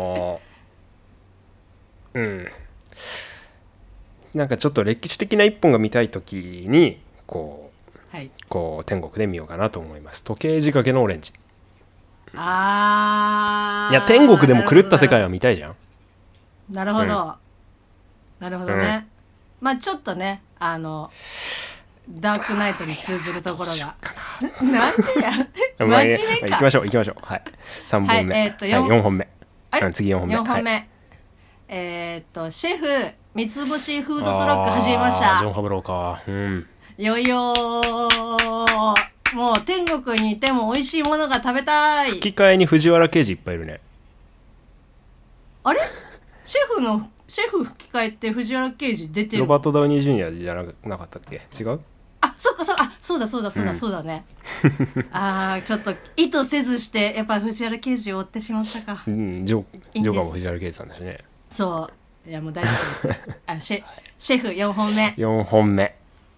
なんかちょっと歴史的な一本が見たいときにこう天国で見ようかなと思います。時計仕掛けのオレンジ。いや天国でも狂った世界は見たいじゃん。 なるほど、なるほどね。ちょっとねダークナイトに通ずるところがなんでや真面目か。 行きましょう。はい。3本目。4本目。次4本目。 4本目。シェフ三つ星フードトラック始めました。 ジョン・ファブローか。 よいよー。もう天国にいても美味しいものが食べたい。 吹き替えに藤原刑事いっぱいいるね。 あれシェフ吹き替えって藤原刑事出てる。 ロバート・ダウニー・ジュニアじゃなかったっけ。違う。 そっかそうだね。ちょっと意図せずしてやっぱ藤原刑事を追ってしまったか。 ジョーカーも藤原刑事さんだしね。 そう、いやもう大好きです。シェフ4本目。 4本目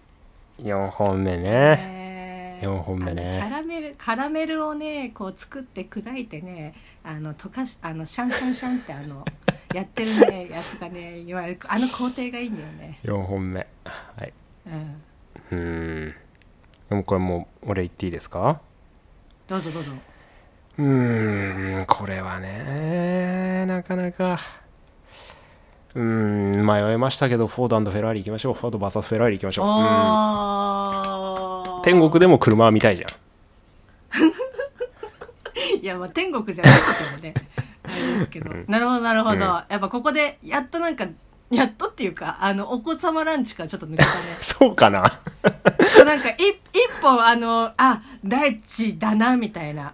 ね。4本目ね。 カラメルをねこう作って砕いてね溶かしシャンシャンってやってるねやつがね今工程がいいんだよね。 4本目。はい。でもこれもう俺言っていいですか。 どうぞ。 これはねなかなか迷いましたけど、フォード&フェラーリ行きましょう。フォード VS フェラーリ行きましょう。天国でも車は見たいじゃん。いや天国じゃなくてもねあれですけど、なるほど、やっぱここでやっとっていうかお子様ランチからちょっと抜けたね。 そうかな。 なんか一本大地だなみたいな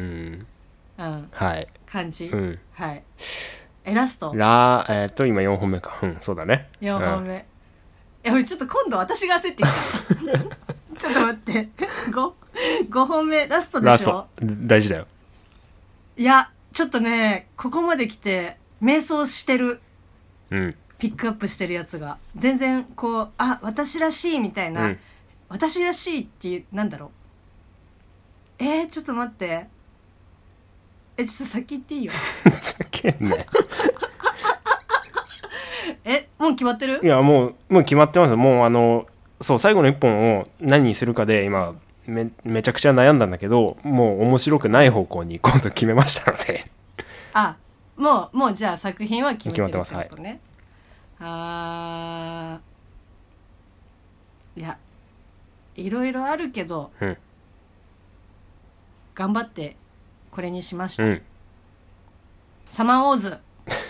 感じ。はい。ラスト今4本目か。そうだね。 4本目。いやちょっと今度私が焦ってきた。ちょっと待って。5本目ラストでしょ。 大事だよ。いやちょっとねここまで来て迷走してる。 ピックアップしてるやつが全然こう私らしいみたいな、私らしいっていうなんだろうちょっと待ってちょっと先言っていいよざけんなよもう決まってる？ いやもう決まってます。もうそう最後の一本を何にするかで今めちゃくちゃ悩んだんだけど、もう面白くない方向に行こうと決めましたのでもうじゃあ作品は決めてるってことね。 決まってます。いやいろいろあるけど、頑張ってこれにしました、サマーウォーズ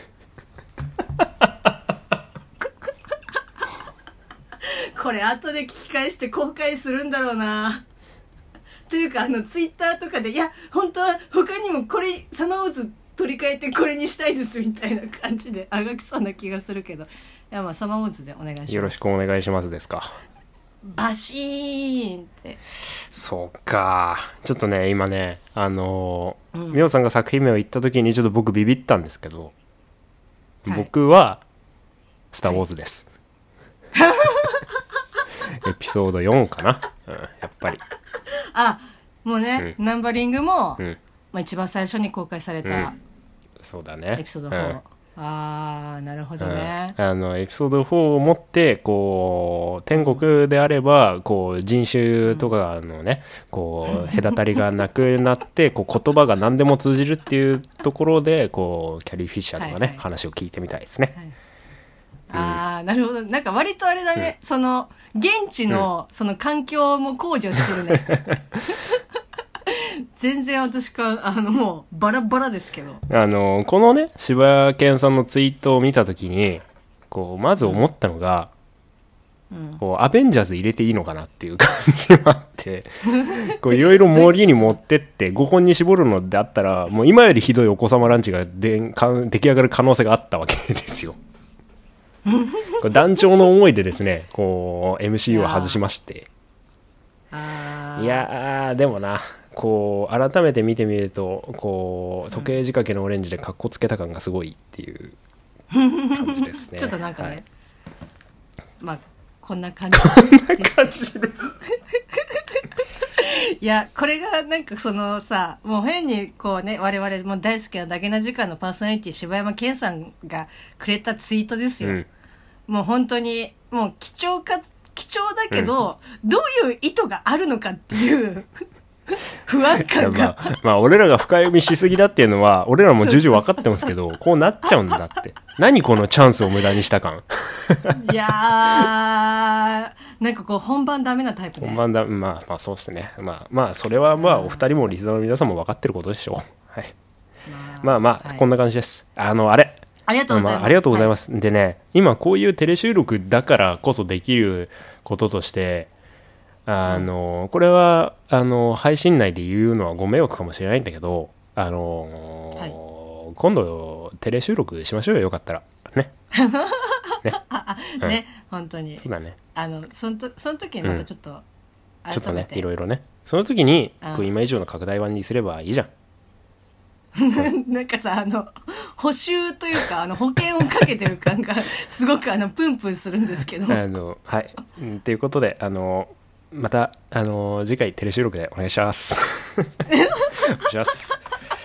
これ後で聞き返して後悔するんだろうなというかツイッターとかでいや本当は他にもこれサマーウォーズ取り替えてこれにしたいですみたいな感じであがきそうな気がするけど、いやサマーウォーズでお願いします。 よろしくお願いしますですか。 バシーンって。 そうか。ちょっとね今ねみおさんが作品名を言った時にちょっと僕ビビったんですけど、僕はスターウォーズです、エピソード4かな、やっぱりもうね、ナンバリングも、一番最初に公開された、 そうだねエピソード4、なるほどね、 エピソード4を持ってこう天国であればこう人種とかのね、こう隔たりがなくなってこう言葉が何でも通じるっていうところでこうキャリー・フィッシャーとかね、話を聞いてみたいですね、 なるほど。なんか割とあれだね、その現地のその環境も考慮してるね全然私かもうバラバラですけど、 このね柴犬さんのツイートを見た時にこうまず思ったのが、こうアベンジャーズ入れていいのかなっていう感じもあってこういろいろ盛りに持ってって5本に絞るのであったらもう今よりひどいお子様ランチが出来上がる可能性があったわけですよこれ団長の思いでですねこう MCU を外しまして、いやでもなこう改めて見てみるとこう時計仕掛けのオレンジでカッコつけた感がすごいっていう感じですねちょっとなんかね、こんな感じですいやこれがなんかそのさもう変にこうね我々も大好きなだけな時間のパーソナリティ柴山健さんがくれたツイートですよ、もう本当にもう貴重だけど、どういう意図があるのかっていう不安感が俺らが深読みしすぎだっていうのは俺らも重々分かってますけどこうなっちゃうんだって何このチャンスを無駄にした感いやーなんかこう本番ダメなタイプね。 本番まあそうですね。それはお二人もリスナーの皆さんも分かってることでしょう。はい。こんな感じです。ありがとうございます。ありがとうございます。でね今こういうテレ収録だからこそできることとしてこれは配信内で言うのはご迷惑かもしれないんだけど今度テレ収録しましょうよ、よかったらねね、本当にそうだね。 その時にまたちょっとちょっとねいろいろねその時に今以上の拡大版にすればいいじゃんなんかさ補修というか保険をかけてる感がすごくプンプンするんですけどはいということでまた次回テレ収録でお願いしますお願いします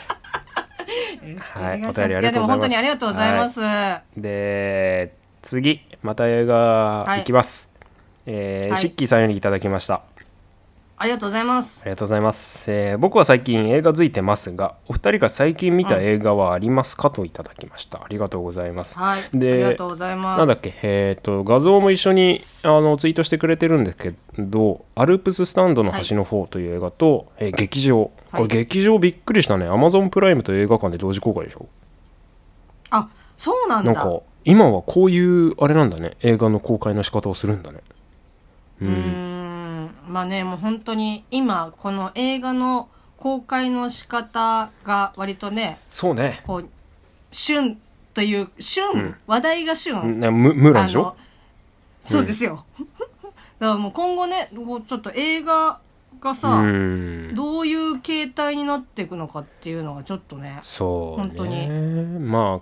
はい、お便りありがとうございます。いやでも本当にありがとうございます、 で次また映画いきます、シッキーさんよりいただきました。 ありがとうございます。 ありがとうございます。僕は最近映画付いてますがお二人が最近見た映画はありますか、といただきました。ありがとうございます。 でありがとうございます。 なんだっけ画像も一緒にツイートしてくれてるんですけどアルプススタンドの端の方という映画と、劇場これ劇場びっくりしたね。 Amazon プライムと映画館で同時公開でしょ。 そうなんだ。 なんか今はこういうあれなんだね、映画の公開の仕方をするんだね。 まあねもう本当に今この映画の公開の仕方が割とねそうねこう旬という話題が旬、 ムーランでしょ。 そうですよ、だからもう今後ねちょっと映画がさどういう形態になっていくのかっていうのがちょっとねそうね本当に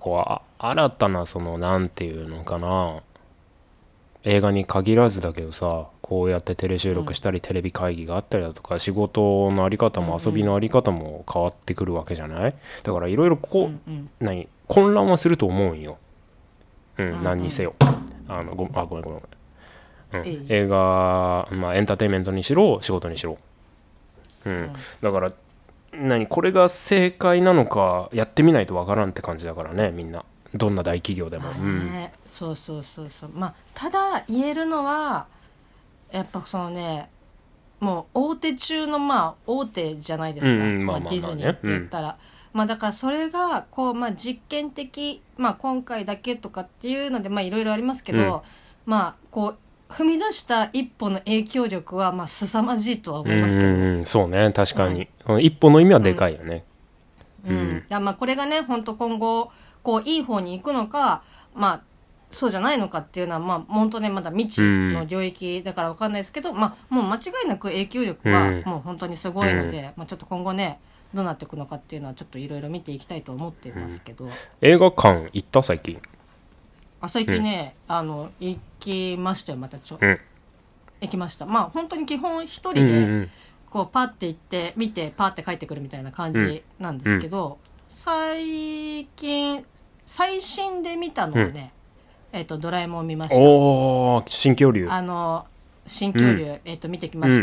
こう新たなそのなんていうのかな、映画に限らずだけどさ、こうやってテレ収録したりテレビ会議があったりだとか、仕事のあり方も遊びのあり方も変わってくるわけじゃない。だからいろいろこう、混乱はすると思うんよ。何にせよ。ごめん、映画、エンターテインメントにしろ仕事にしろ、だからこれが正解なのかやってみないとわからんって感じだからね、みんなどんな大企業でも、 そうただ言えるのはやっぱそのね、もう大手中の大手じゃないですか、ディズニーって言ったら、だからそれがこう、実験的、今回だけとかっていうのでいろいろありますけど、こう踏み出した一歩の影響力は凄まじいとは思いますけど、 そうね、確かに、一歩の意味はでかいよね。 これがね本当今後こういい方に行くのかそうじゃないのかっていうのは本当ねまだ未知の領域だから分かんないですけど、もう間違いなく影響力はもう本当にすごいので、ちょっと今後ねどうなっていくのかっていうのはちょっといろいろ見ていきたいと思っていますけど、 映画館行った最近？ 最近ね、行きましたよ。行きました。本当に基本一人でこうパッて行って見てパッて帰ってくるみたいな感じなんですけど、最近最新で見たのはね、ドラえもん見ました。 新恐竜。 新恐竜、見てきました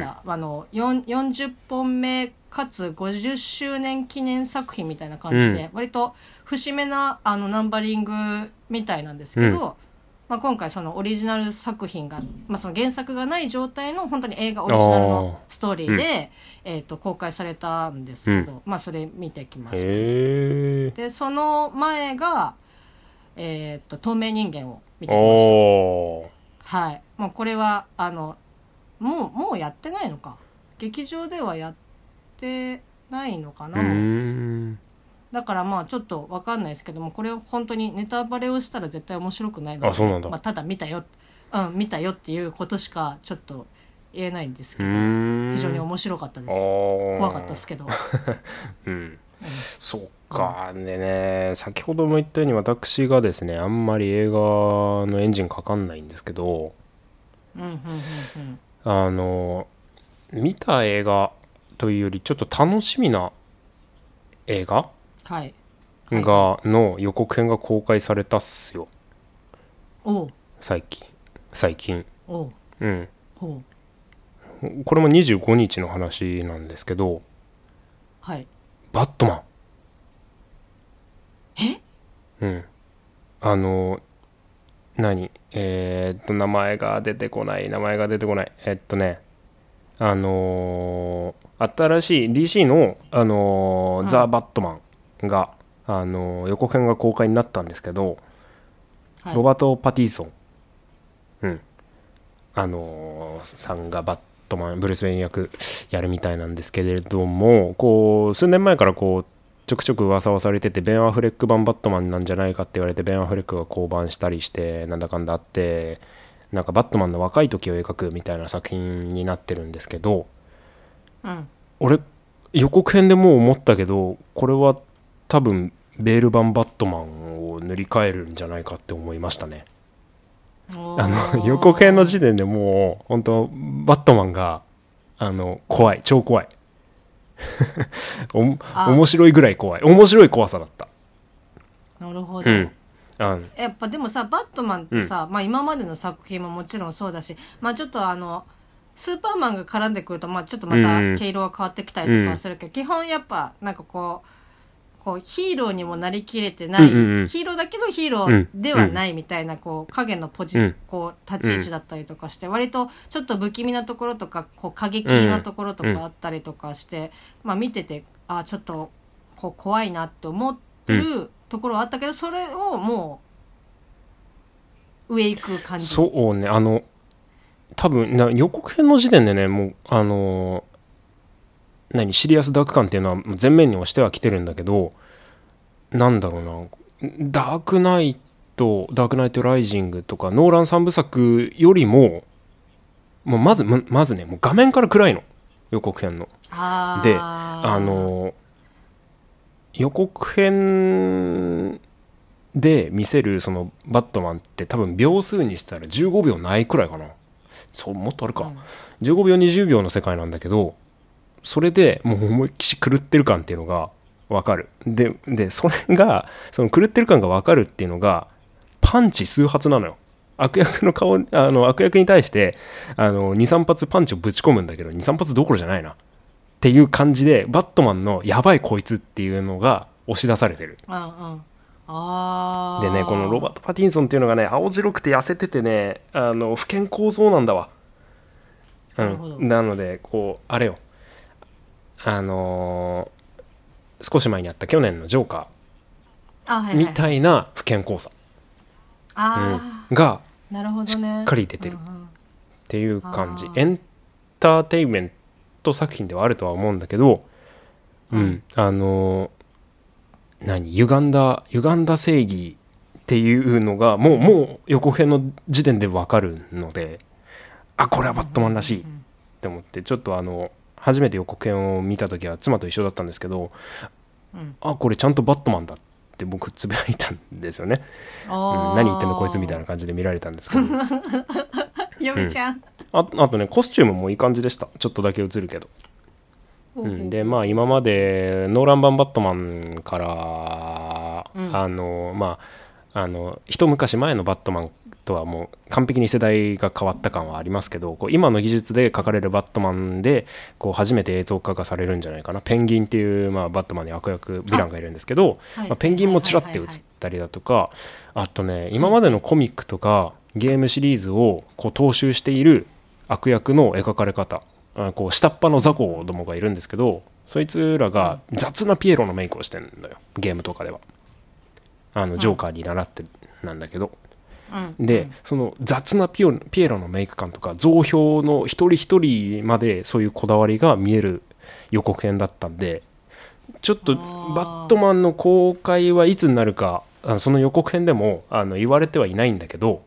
。40本目かつ50周年記念作品みたいな感じで、割と節目なナンバリングみたいなんですけど、今回そのオリジナル作品が、その原作がない状態の本当に映画オリジナルのストーリーで、公開されたんですけど、それ見てきました。でその前が、透明人間を見てきました。はい、もうこれはもうやってないのか、劇場ではやってないのかな。だからちょっと分かんないですけども、これを本当にネタバレをしたら絶対面白くないので、 そうなんだ。 ただ見たよっていうことしかちょっと言えないんですけど、非常に面白かったです。怖かったですけどそうか。でね、先ほども言ったように私がですねあんまり映画のエンジンかかんないんですけど、見た映画というよりちょっと楽しみな映画、の予告編が公開されたっすよ。最近。これも25日の話なんですけど、バットマン。名前が出てこない。新しい DC の、ザ・バットマンが、予告編が公開になったんですけど、ロバート・パティソン、さんがバットマン、ブルース・ウェイン役やるみたいなんですけれども、こう数年前からこうちょくちょく噂はされてて、ベン・アフレック版バットマンなんじゃないかって言われて、ベン・アフレックが降板したりしてなんだかんだあって、バットマンの若い時を描くみたいな作品になってるんですけど、俺予告編でもう思ったけど、これは多分ベール版バットマンを塗り替えるんじゃないかって思いましたね。予告編の時点でもう本当バットマンが怖い、超怖い面白いぐらい怖い、面白い怖さだった。 なるほど、やっぱでもさ、バットマンってさ、今までの作品ももちろんそうだし、ちょっとスーパーマンが絡んでくるとちょっとまた毛色が変わってきたりとかするけど、基本やっぱこうヒーローにもなりきれてない、ヒーローだけどヒーローではないみたいな、こう影の立ち位置だったりとかして、割とちょっと不気味なところとか過激なところとかあったりとかして、見ててちょっと怖いなって思ってるところはあったけど、それをもう上行く感じ。 そうね、多分予告編の時点でね、もうシリアスダーク感っていうのは前面に押してはきてるんだけど、ダークナイトライジングとかノーラン3部作よりもまずね、もう画面から暗いの、予告編の。で予告編で見せるそのバットマンって多分秒数にしたら15秒ないくらいかな。そうもっとあるか、15秒20秒の世界なんだけど、それでもう思いっきし狂ってる感っていうのが分かる。でそれがその狂ってる感が分かるっていうのがパンチ数発なのよ。悪役の顔、悪役に対して2、3発パンチをぶち込むんだけど、2、3発どころじゃないなっていう感じで、バットマンのやばいこいつっていうのが押し出されてる。 あでね、このロバート・パティンソンっていうのがね、青白くて痩せててね、不健康そうなんだわ。なのでこうあれよ、少し前にあった去年のジョーカーみたいな不健康さがしっかり出てるっていう感じ。エンターテインメント作品ではあるとは思うんだけど、歪んだ正義っていうのがもう予告編の時点で分かるので、あ、これはバットマンらしいって思って、ちょっと初めて予告編を見た時は妻と一緒だったんですけど、あ、これちゃんとバットマンだって僕つぶやいたんですよね。何言ってんのこいつみたいな感じで見られたんですけど嫁ちゃん、 あとね、コスチュームもいい感じでした。ちょっとだけ映るけど。でまあ今までノーラン版バットマンから、一昔前のバットマンとはもう完璧に世代が変わった感はありますけど、こう今の技術で描かれるバットマンでこう初めて映像化がされるんじゃないかな。ペンギンっていう、バットマンに悪役ヴィランがいるんですけど、ペンギンもちらって映ったりだとか、あとね、今までのコミックとかゲームシリーズをこう踏襲している悪役の描かれ方、こう下っ端の雑魚どもがいるんですけど、そいつらが雑なピエロのメイクをしてるのよ、ゲームとかでは。ジョーカーに習ってなんだけど、でその雑なピエロのメイク感とか増票の一人一人までそういうこだわりが見える予告編だったんで、ちょっとバットマンの公開はいつになるか、その予告編でも言われてはいないんだけど、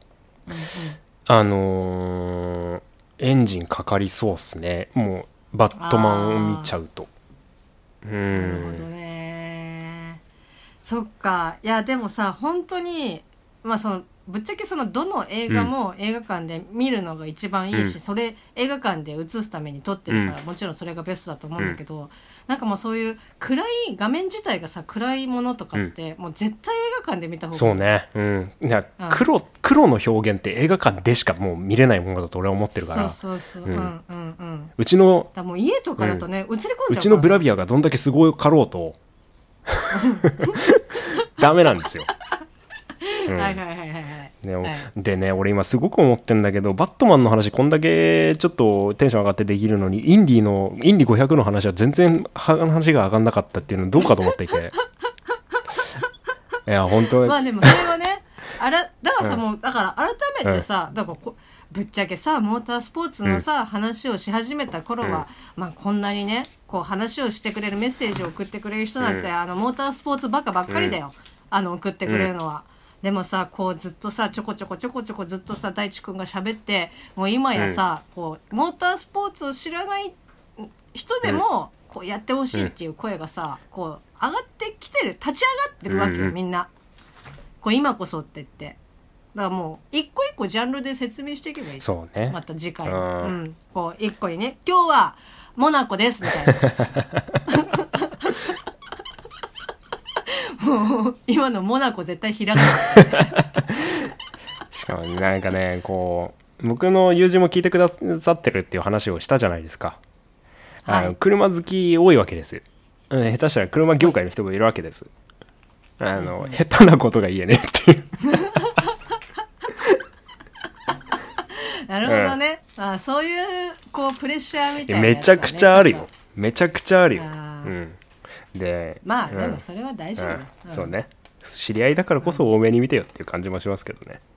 エンジンかかりそうっすね、もうバットマンを見ちゃうと。 なるほどね。そっか。いやでもさ、本当にそのぶっちゃけそのどの映画も映画館で見るのが一番いいし、それ映画館で映すために撮ってるから、もちろんそれがベストだと思うんだけど、なんかもうそういう暗い画面自体がさ、暗いものとかって、もう絶対映画館で見た方がいい。 そうね、黒の表現って映画館でしかもう見れないものだと俺は思ってるから。うちのだもう家とかだとね、映り込んじゃうから、 うちのブラビアがどんだけすごかろうとダメなんですよ。でね、俺今すごく思ってんだけど、バットマンの話こんだけちょっとテンション上がってできるのに、インディ500の話は全然話が上がんなかったっていうのどうかと思っていていや本当でもそれはねだからさ、もうだから改めてさ、だからぶっちゃけさ、モータースポーツのさ、話をし始めた頃は、こんなにねこう話をしてくれる、メッセージを送ってくれる人なんて、モータースポーツバカばっかりだよ、送ってくれるのは。でもさ、こうずっとさちょこちょこずっとさ大地くんが喋って、もう今やさ、こうモータースポーツを知らない人でもこうやってほしいっていう声がさ、こう上がってきてる、立ち上がってるわけよ、みんな。こう今こそって言って、だからもう一個一個ジャンルで説明していけばいい。 そうね。 また次回こう一個にね、今日はモナコですみたいなもう今のモナコ絶対開かないしかもなんかね、こう僕の友人も聞いてくださってるっていう話をしたじゃないですか。車好き多いわけです。下手したら車業界の人もいるわけです。下手なことが言えねっていうなるほどね、そういうこうプレッシャーみたいなやつ、 めちゃくちゃあるよ、めちゃくちゃあるよ。ででもそれは大丈夫、 そうね、知り合いだからこそ多めに見てよっていう感じもしますけどね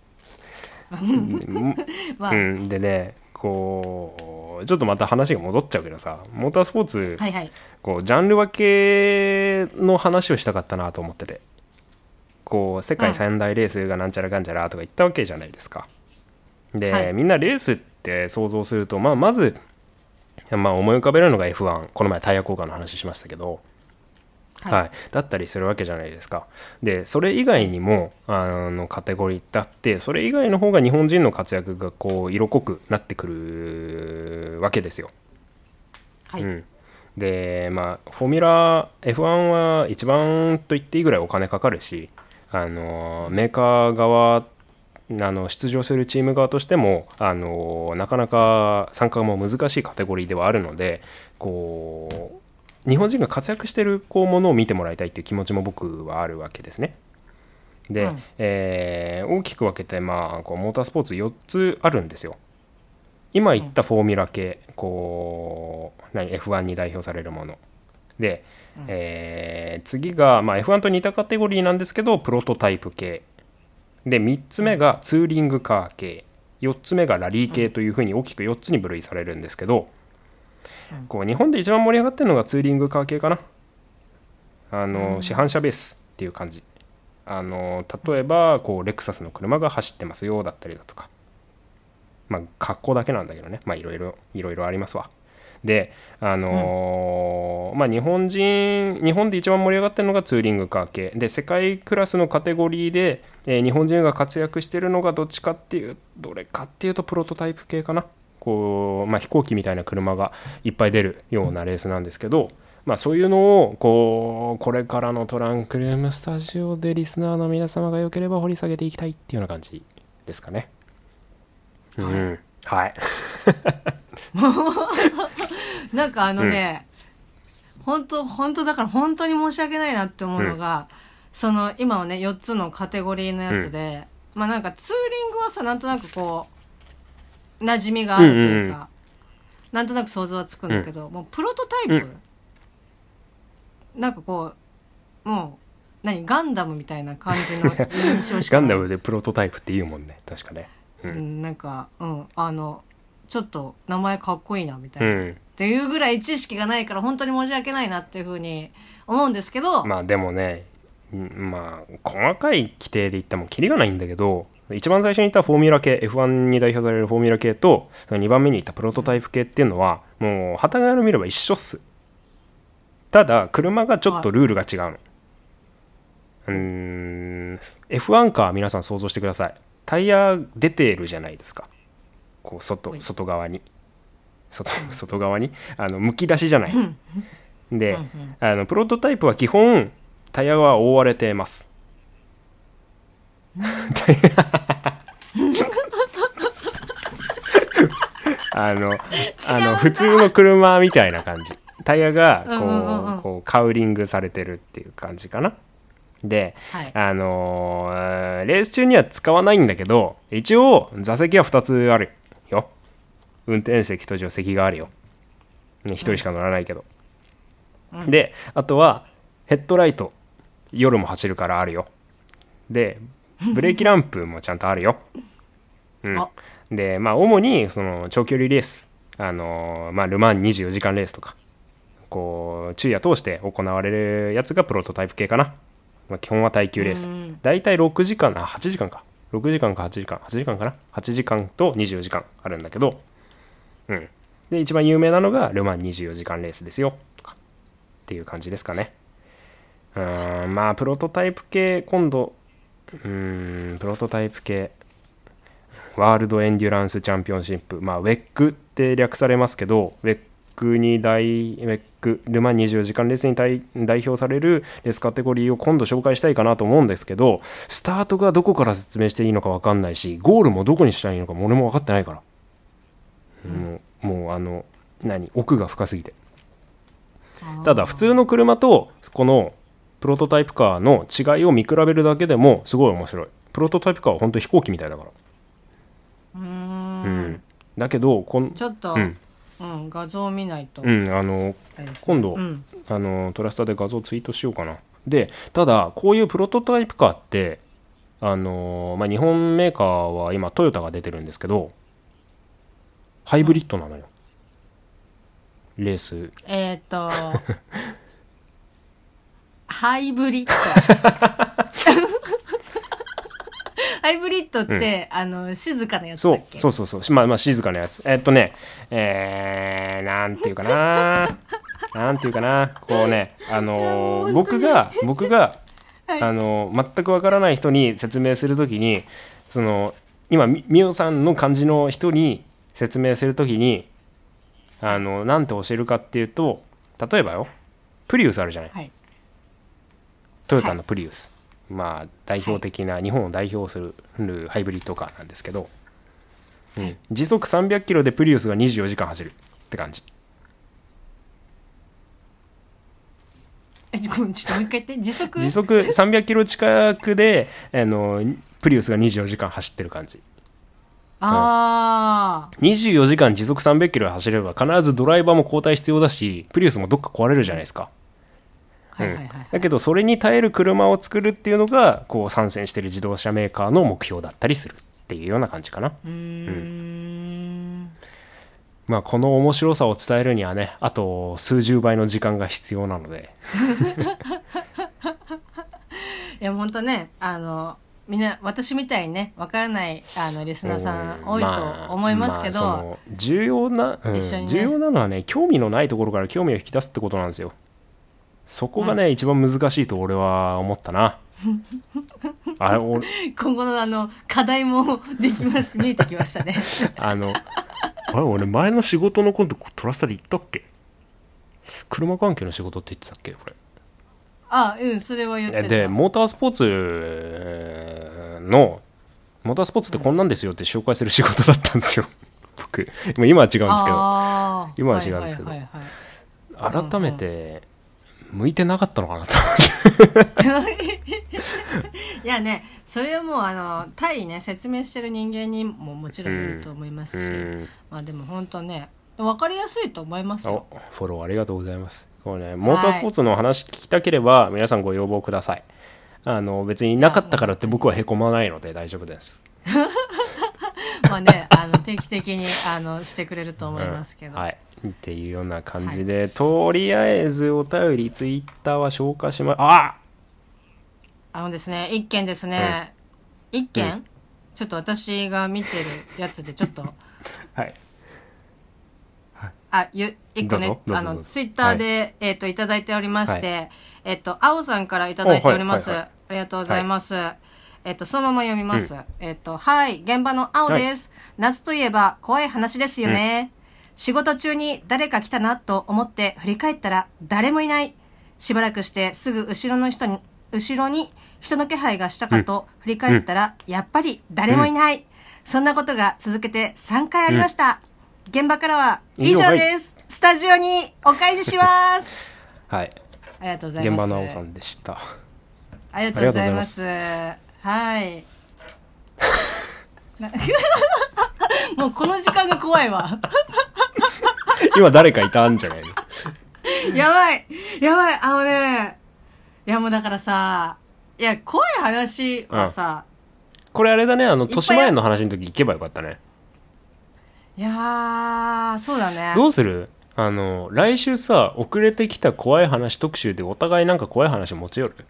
でね、こうちょっとまた話が戻っちゃうけどさ、モータースポーツ、こうジャンル分けの話をしたかったなと思ってて、こう世界三大レースがなんちゃらかんちゃらとか言ったわけじゃないですか。で、みんなレースって想像すると、まず思い浮かべるのが F1、この前タイヤ交換の話しましたけど、 はい、だったりするわけじゃないですか。でそれ以外にもカテゴリーってあって、それ以外の方が日本人の活躍がこう色濃くなってくるわけですよ。 はい、 でまあフォーミュラ F1 は一番と言っていいぐらいお金かかるし、メーカー側出場するチーム側としてもなかなか参加も難しいカテゴリーではあるので、こう日本人が活躍してるものを見てもらいたいっていう気持ちも僕はあるわけですね。で、大きく分けて、モータースポーツ4つあるんですよ。今言ったフォーミュラ系、F1 に代表されるもので、次が、F1 と似たカテゴリーなんですけどプロトタイプ系で、3つ目がツーリングカー系、4つ目がラリー系というふうに大きく4つに分類されるんですけど、日本で一番盛り上がってるのがツーリングカー系かな。市販車ベースっていう感じ。例えばレクサスの車が走ってますよだったりだとか、格好だけなんだけどね、いろいろありますわ。で日本で一番盛り上がってるのがツーリングカー系で、世界クラスのカテゴリーで、日本人が活躍してるのがどれかっていうとプロトタイプ系かな。飛行機みたいな車がいっぱい出るようなレースなんですけど、そういうのをこれからのトランクルームスタジオでリスナーの皆様がよければ掘り下げていきたいっていうような感じですかね。はい。 なんか本当だから本当に申し訳ないなって思うのが、その今はね4つのカテゴリーのやつで、なんかツーリングはさなんとなく馴染みがあるというか、なんとなく想像はつくんだけど、もうプロトタイプ、なんかもうガンダムみたいな感じの印象しかない。 ガンダムでプロトタイプって言うもんね、確かね。 なんかちょっと名前かっこいいなみたいな、っていうぐらい知識がないから本当に申し訳ないなっていうふうに思うんですけど、 でもね、細かい規定で言ってもキリがないんだけど、一番最初に言ったフォーミュラ系 F1 に代表されるフォーミュラ系と2番目に言ったプロトタイプ系っていうのはもう旗から見れば一緒っす。ただ車がちょっとルールが違うの。F1 カー皆さん想像してください。タイヤ出てるじゃないですか。外側にむき出しじゃない。で、プロトタイプは基本タイヤは覆われてます。普通の車みたいな感じ。タイヤがカウリングされてるっていう感じかな。で、レース中には使わないんだけど、一応座席は2つあるよ。運転席と助手席があるよ。1人しか乗らないけど。で、あとはヘッドライト、夜も走るからあるよ。で、ブレーキランプもちゃんとあるよ。で、主にその長距離レース、ルマン24時間レースとか、昼夜通して行われるやつがプロトタイプ系かな。基本は耐久レース。だいたい6時間、8時間か。6時間か8時間、8時間かな。8時間と24時間あるんだけど、で、一番有名なのがルマン24時間レースですよ。とかっていう感じですかね。プロトタイプ系、今度、プロトタイプ系、ワールドエンデュランスチャンピオンシップ、WEC って略されますけど、WEC ルマン24時間レースに代表されるレースカテゴリーを今度紹介したいかなと思うんですけど、スタートがどこから説明していいのか分かんないし、ゴールもどこにしたらいいのかも俺も分かってないから、もう奥が深すぎて。ただ普通の車とこのプロトタイプカーの違いを見比べるだけでもすごい面白い。プロトタイプカーは本当飛行機みたいだから。だけどちょっと、画像を見ないと。 今度、トラスタで画像ツイートしようかな。で、ただこういうプロトタイプカーって日本メーカーは今トヨタが出てるんですけど、ハイブリッドなのよ。レース。 ハイブリッド。ハイブリッドって、静かなやつだっけ？ そう。静かなやつ。なんていうかな。 なんていうかな、こうね、僕がはい、 全くわからない人に説明するときに、その今みおさんの感じの人に説明するときになんて教えるかっていうと、例えばよ、プリウスあるじゃない、 はい、 トヨタのはい、 プリウス、まあ代表的な日本を代表するハイブリッドカーなんですけど、時速300キロでプリウスが24時間走るって感じ。 ごめん、ちょっともう一回言って。 時速300キロ近くでプリウスが24時間走ってる感じ。 あ 24時間時速300キロで走れば必ずドライバーも交代必要だし、プリウスもどっか壊れるじゃないですか。 はいはいはい、はい、 だけどそれに耐える車を作るっていうのがこう参戦してる自動車メーカーの目標だったりするっていうような感じかな。まあこの面白さを伝えるにはね、あと数十倍の時間が必要なのでいや本当ね、みんな私みたいにねわからないリスナーさん多いと思いますけど、 その重要な、 一緒にね、 重要なのはね、興味のないところから興味を引き出すってことなんですよ。そこがね、一番難しいと俺は思ったな。あれ今後の課題も見えてきましたね。 あれ俺前の仕事のことトラスタで言ったっけ？車関係の仕事って言ってたっけこれ。 それは言ってた。 でモータースポーツってこんなんですよって紹介する仕事だったんですよ僕。今は違うんですけど、今は違うんですけど、改めて向いてなかったのかなと思っていやね、それはもう対ね説明してる人間にももちろんいると思いますし、まあでも本当ね分かりやすいと思いますよ。 フォローありがとうございます。これね、モータースポーツの話聞きたければ皆さんご要望ください。別になかったからって僕はへこまないので大丈夫です。 まあね、定期的にしてくれると思いますけど、 はいっていうような感じで、とりあえずお便りツイッターは消化しですね、一件ですね、一件、ちょっと私が見てるやつでちょっとはい一個ね、ツイッターで、いただいておりまして、青さんからいただいております。ありがとうございます。そのまま読みます。はい、現場の青です。夏といえば怖い話ですよね。仕事中に誰か来たなと思って振り返ったら誰もいない。しばらくしてすぐ後ろに人の気配がしたかと振り返ったら、やっぱり誰もいない。そんなことが続けて3回ありました。現場からは以上です。スタジオにお返しします。 はい。 ありがとうございます。 現場の青さんでした。 ありがとうございます。はい。もうこの時間が怖いわ。 今誰かいたんじゃないの？ やばい。いやもうだからさ、いや怖い話はさ、 これあれだね、年前の話の時行けばよかったね。 いやー、そうだね。 どうする？来週さ、遅れてきた怖い話特集でお互いなんか怖い話持ち寄る？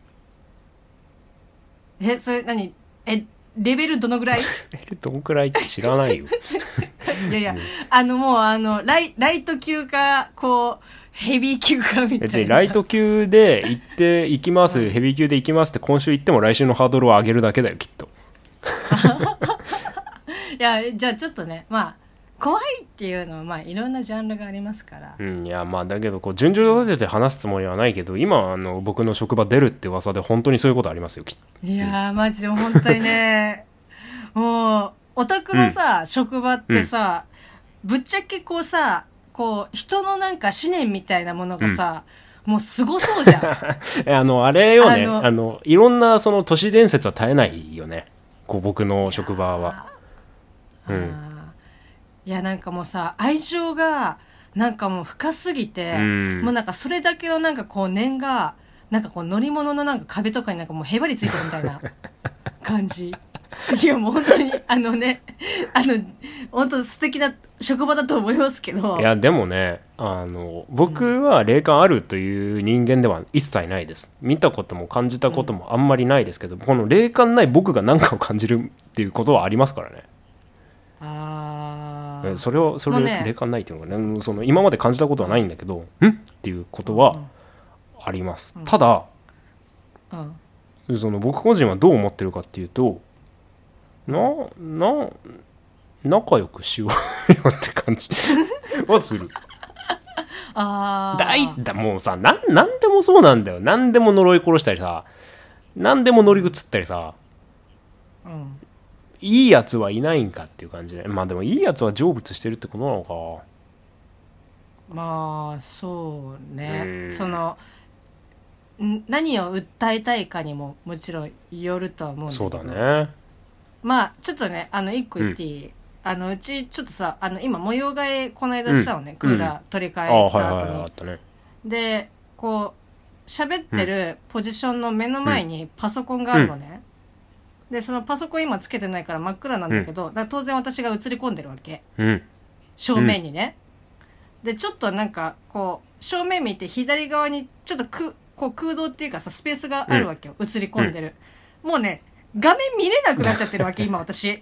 それ何？レベルどのぐらい？ レベルどのくらいって知らないよ。 いやいや、もうライト級か、こう、ヘビー級かみたいな。 別にライト級で行きます、ヘビー級で行きますって今週行っても来週のハードルを上げるだけだよ、きっと。 いや、じゃあちょっとね、まあ、怖いっていうのはまあいろんなジャンルがありますから。 いやまあだけどこう順序立てて話すつもりはないけど、今僕の職場出るって噂で本当にそういうことありますよ、きっと。 いやー、マジで本当にね、もうオタクのさ、職場ってさ、ぶっちゃけこうさ、こう人のなんか思念みたいなものがさ、もうすごそうじゃん。 あれよね、いろんなその都市伝説は絶えないよね、こう僕の職場は。 いやなんかもうさ、愛情がなんかもう深すぎて、もうなんかそれだけのなんかこう念がなんかこう乗り物のなんか壁とかになんかもうへばりついてるみたいな感じ。いやもう本当に本当素敵な職場だと思いますけど。 いやでもね、僕は霊感あるという人間では一切ないです。見たことも感じたこともあんまりないですけど、この霊感ない僕が何かを感じるっていうことはありますからね。 それ霊感ないっていうのがね、その今まで感じたことはないんだけど、っていうことはあります、ただ、その僕個人はどう思ってるかっていうと、仲良くしようよって感じはする。もうさ、なんでもそうなんだよ。なんでも呪い殺したりさ、なんでも乗り移ったりさ、いいやつはいないんかっていう感じで、まあでもいいやつは成仏してるってことなのか。 まあそうね、その何を訴えたいかにももちろんよるとは思うんだけど、 そうだね。 まあちょっとね、一個言っていい？うちちょっとさ、今模様替えこの間したのね、クーラー取り替えた後に、 あったね。 でこう喋ってるポジションの目の前にパソコンがあるのね、でそのパソコン今つけてないから真っ暗なんだけど、だから当然私が映り込んでるわけ、正面にね、でちょっとなんかこう正面見て左側にちょっとこう空洞っていうかさ、スペースがあるわけよ、映り込んでる、もうね画面見れなくなっちゃってるわけ今私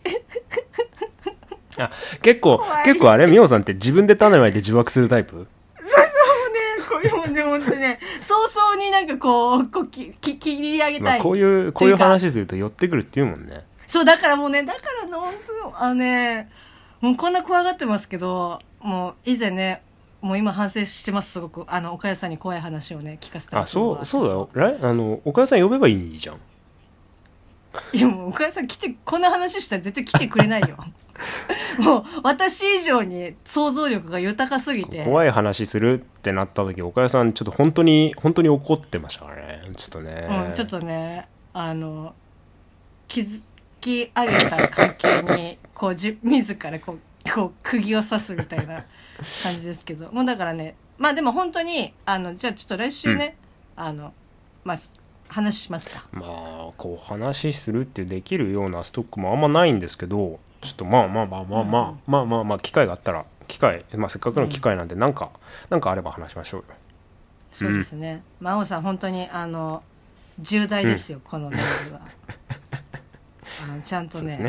結構あれ、みおさんって自分で種まいて自爆するタイプ？ そうね、こういうもんね、早々になんかこう切り上げたい、 こういう話すると寄ってくるっていうもんね。 そうだから本当もうこんな怖がってますけど、もう以前ね、もう今反省してます、すごく岡谷さんに怖い話をね聞かせたり。 そうだよ、岡谷さん呼べばいいじゃん。 いやもう岡谷さんこんな話したら絶対来てくれないよもう私以上に想像力が豊かすぎて、 怖い話するってなった時、岡谷さんちょっと本当に怒ってましたからね。ちょっとね、 ちょっとね築き上げた関係にこう自らこう釘を刺すみたいな感じですけどもうだからね、まあでも本当にじゃあちょっと来週ね、まあ話しますか。 まあこう話するってできるようなストックもあんまないんですけど、ちょっとまあ機会があったらせっかくの機会なんでなんかあれば話しましょうよ。 そうですね、真央さん本当に重大ですよ、このメールはちゃんとね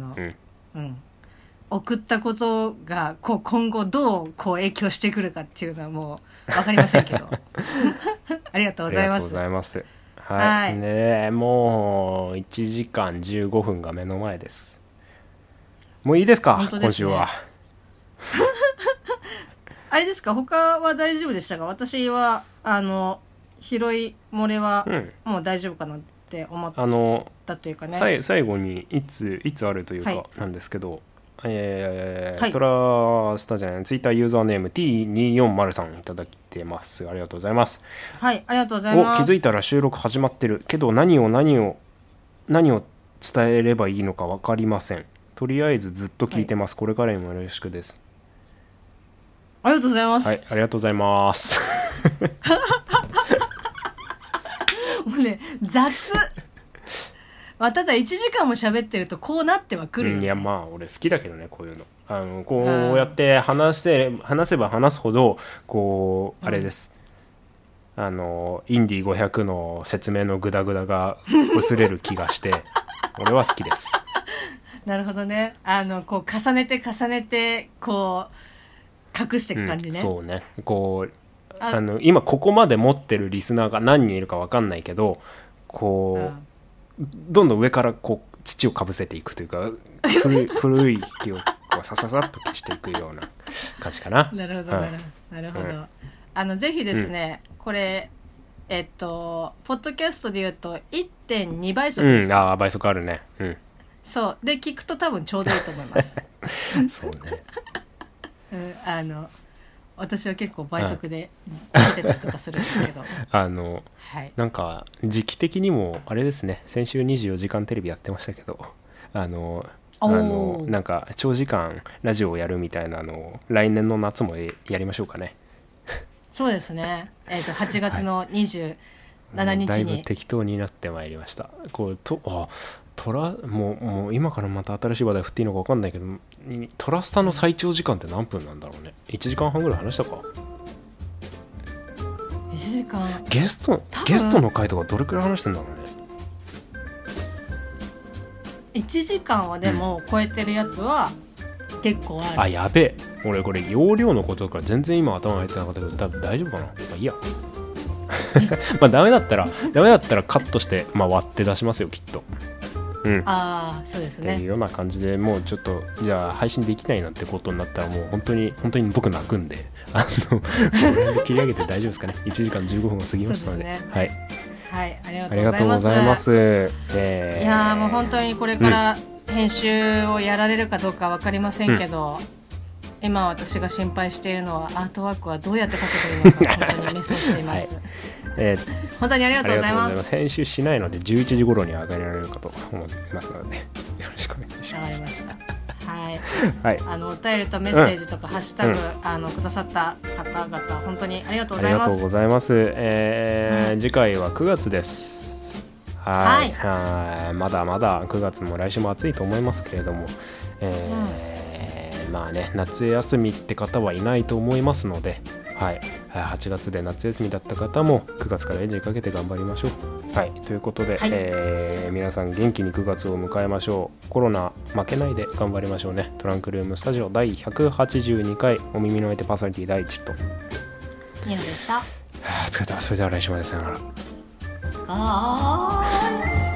送ったことがこう今後どう影響してくるかっていうのはもう分かりませんけどありがとうございます。 ありがとうございます。はい、ね、もう1時間15分が目の前です。もういいですか？ 本当ですね、 今週はあれですか、他は大丈夫でしたか？私は拾い漏れはもう大丈夫かなって思ったというかね、 最後にいつあるというかなんですけど、トラスタじゃない、ツイッターユーザーネーム T240 さんいただいてます。ありがとうございます。 はい、ありがとうございます。 気づいたら収録始まってるけど何を伝えればいいのか分かりません。とりあえずずっと聞いてます、これからもよろしくです。 ありがとうございます。 はい、ありがとうございますもうね、雑ただ1時間も喋ってるとこうなってはくるよね。 いやまあ俺好きだけどね、こういうのこうやって話せば話すほどこうあれです、インディ500の説明のグダグダが薄れる気がして俺は好きです。 なるほどね、こう重ねてこう隠していく感じね、 そうね、こう今ここまで持ってるリスナーが何人いるか分かんないけど、こうどんどん上からこう土をかぶせていくというか古い気をこうさっと消していくような感じかな。 なるほど、なるほど、ぜひですね、これポッドキャストで言うと 1.2 倍速ですか、 倍速あるね、 そうで聞くと多分ちょうどいいと思いますそうね私は結構倍速で聞いてたりとかするんですけどなんか時期的にもあれですね、先週24時間テレビやってましたけどなんか長時間ラジオをやるみたいなのを来年の夏もやりましょうかね。 そうですね、8月の27日に、 だいぶ適当になってまいりました。もう今からまた新しい話題振っていいのか分かんないけど、トラスタの最長時間って何分なんだろうね。1時間半ぐらい話したか。 1時間ゲストの回とかどれくらい話してんだろうね。 1時間はでも超えてるやつは結構ある。 やべえ、俺これ容量のことから全然今頭入ってなかったけど、多分大丈夫かな。まあいいやまあダメだったらカットして、まあ、割って出しますよきっと。 ああそうですね。 っていうような感じで、もうちょっとじゃあ配信できないなんてことになったらもう本当に僕泣くんで、これで切り上げて大丈夫ですかね。1時間15分が過ぎましたので、はいはい、ありがとうございます。いやもう本当にこれから編集をやられるかどうか分かりませんけど、今私が心配しているのはアートワークはどうやって書けているのか本当にメッセージしています。本当にありがとうございます。 編集しないので11時頃に上げられるかと思いますのでよろしくお願いします。 わかりました。はい、お便りとメッセージとかハッシュタグ、くださった方々本当にありがとうございます。 ありがとうございます。次回は9月です。はい、まだまだ9月も来週も暑いと思いますけれども、まあね、夏休みって方はいないと思いますので、8月で夏休みだった方も9月からエンジンかけて頑張りましょう。ということで、皆さん元気に9月を迎えましょう。コロナ負けないで頑張りましょうね。トランクルームスタジオ第182回お耳の相手パーソナリティ第一とニノでした。 疲れた。それでは来週までさよなら。 バイ。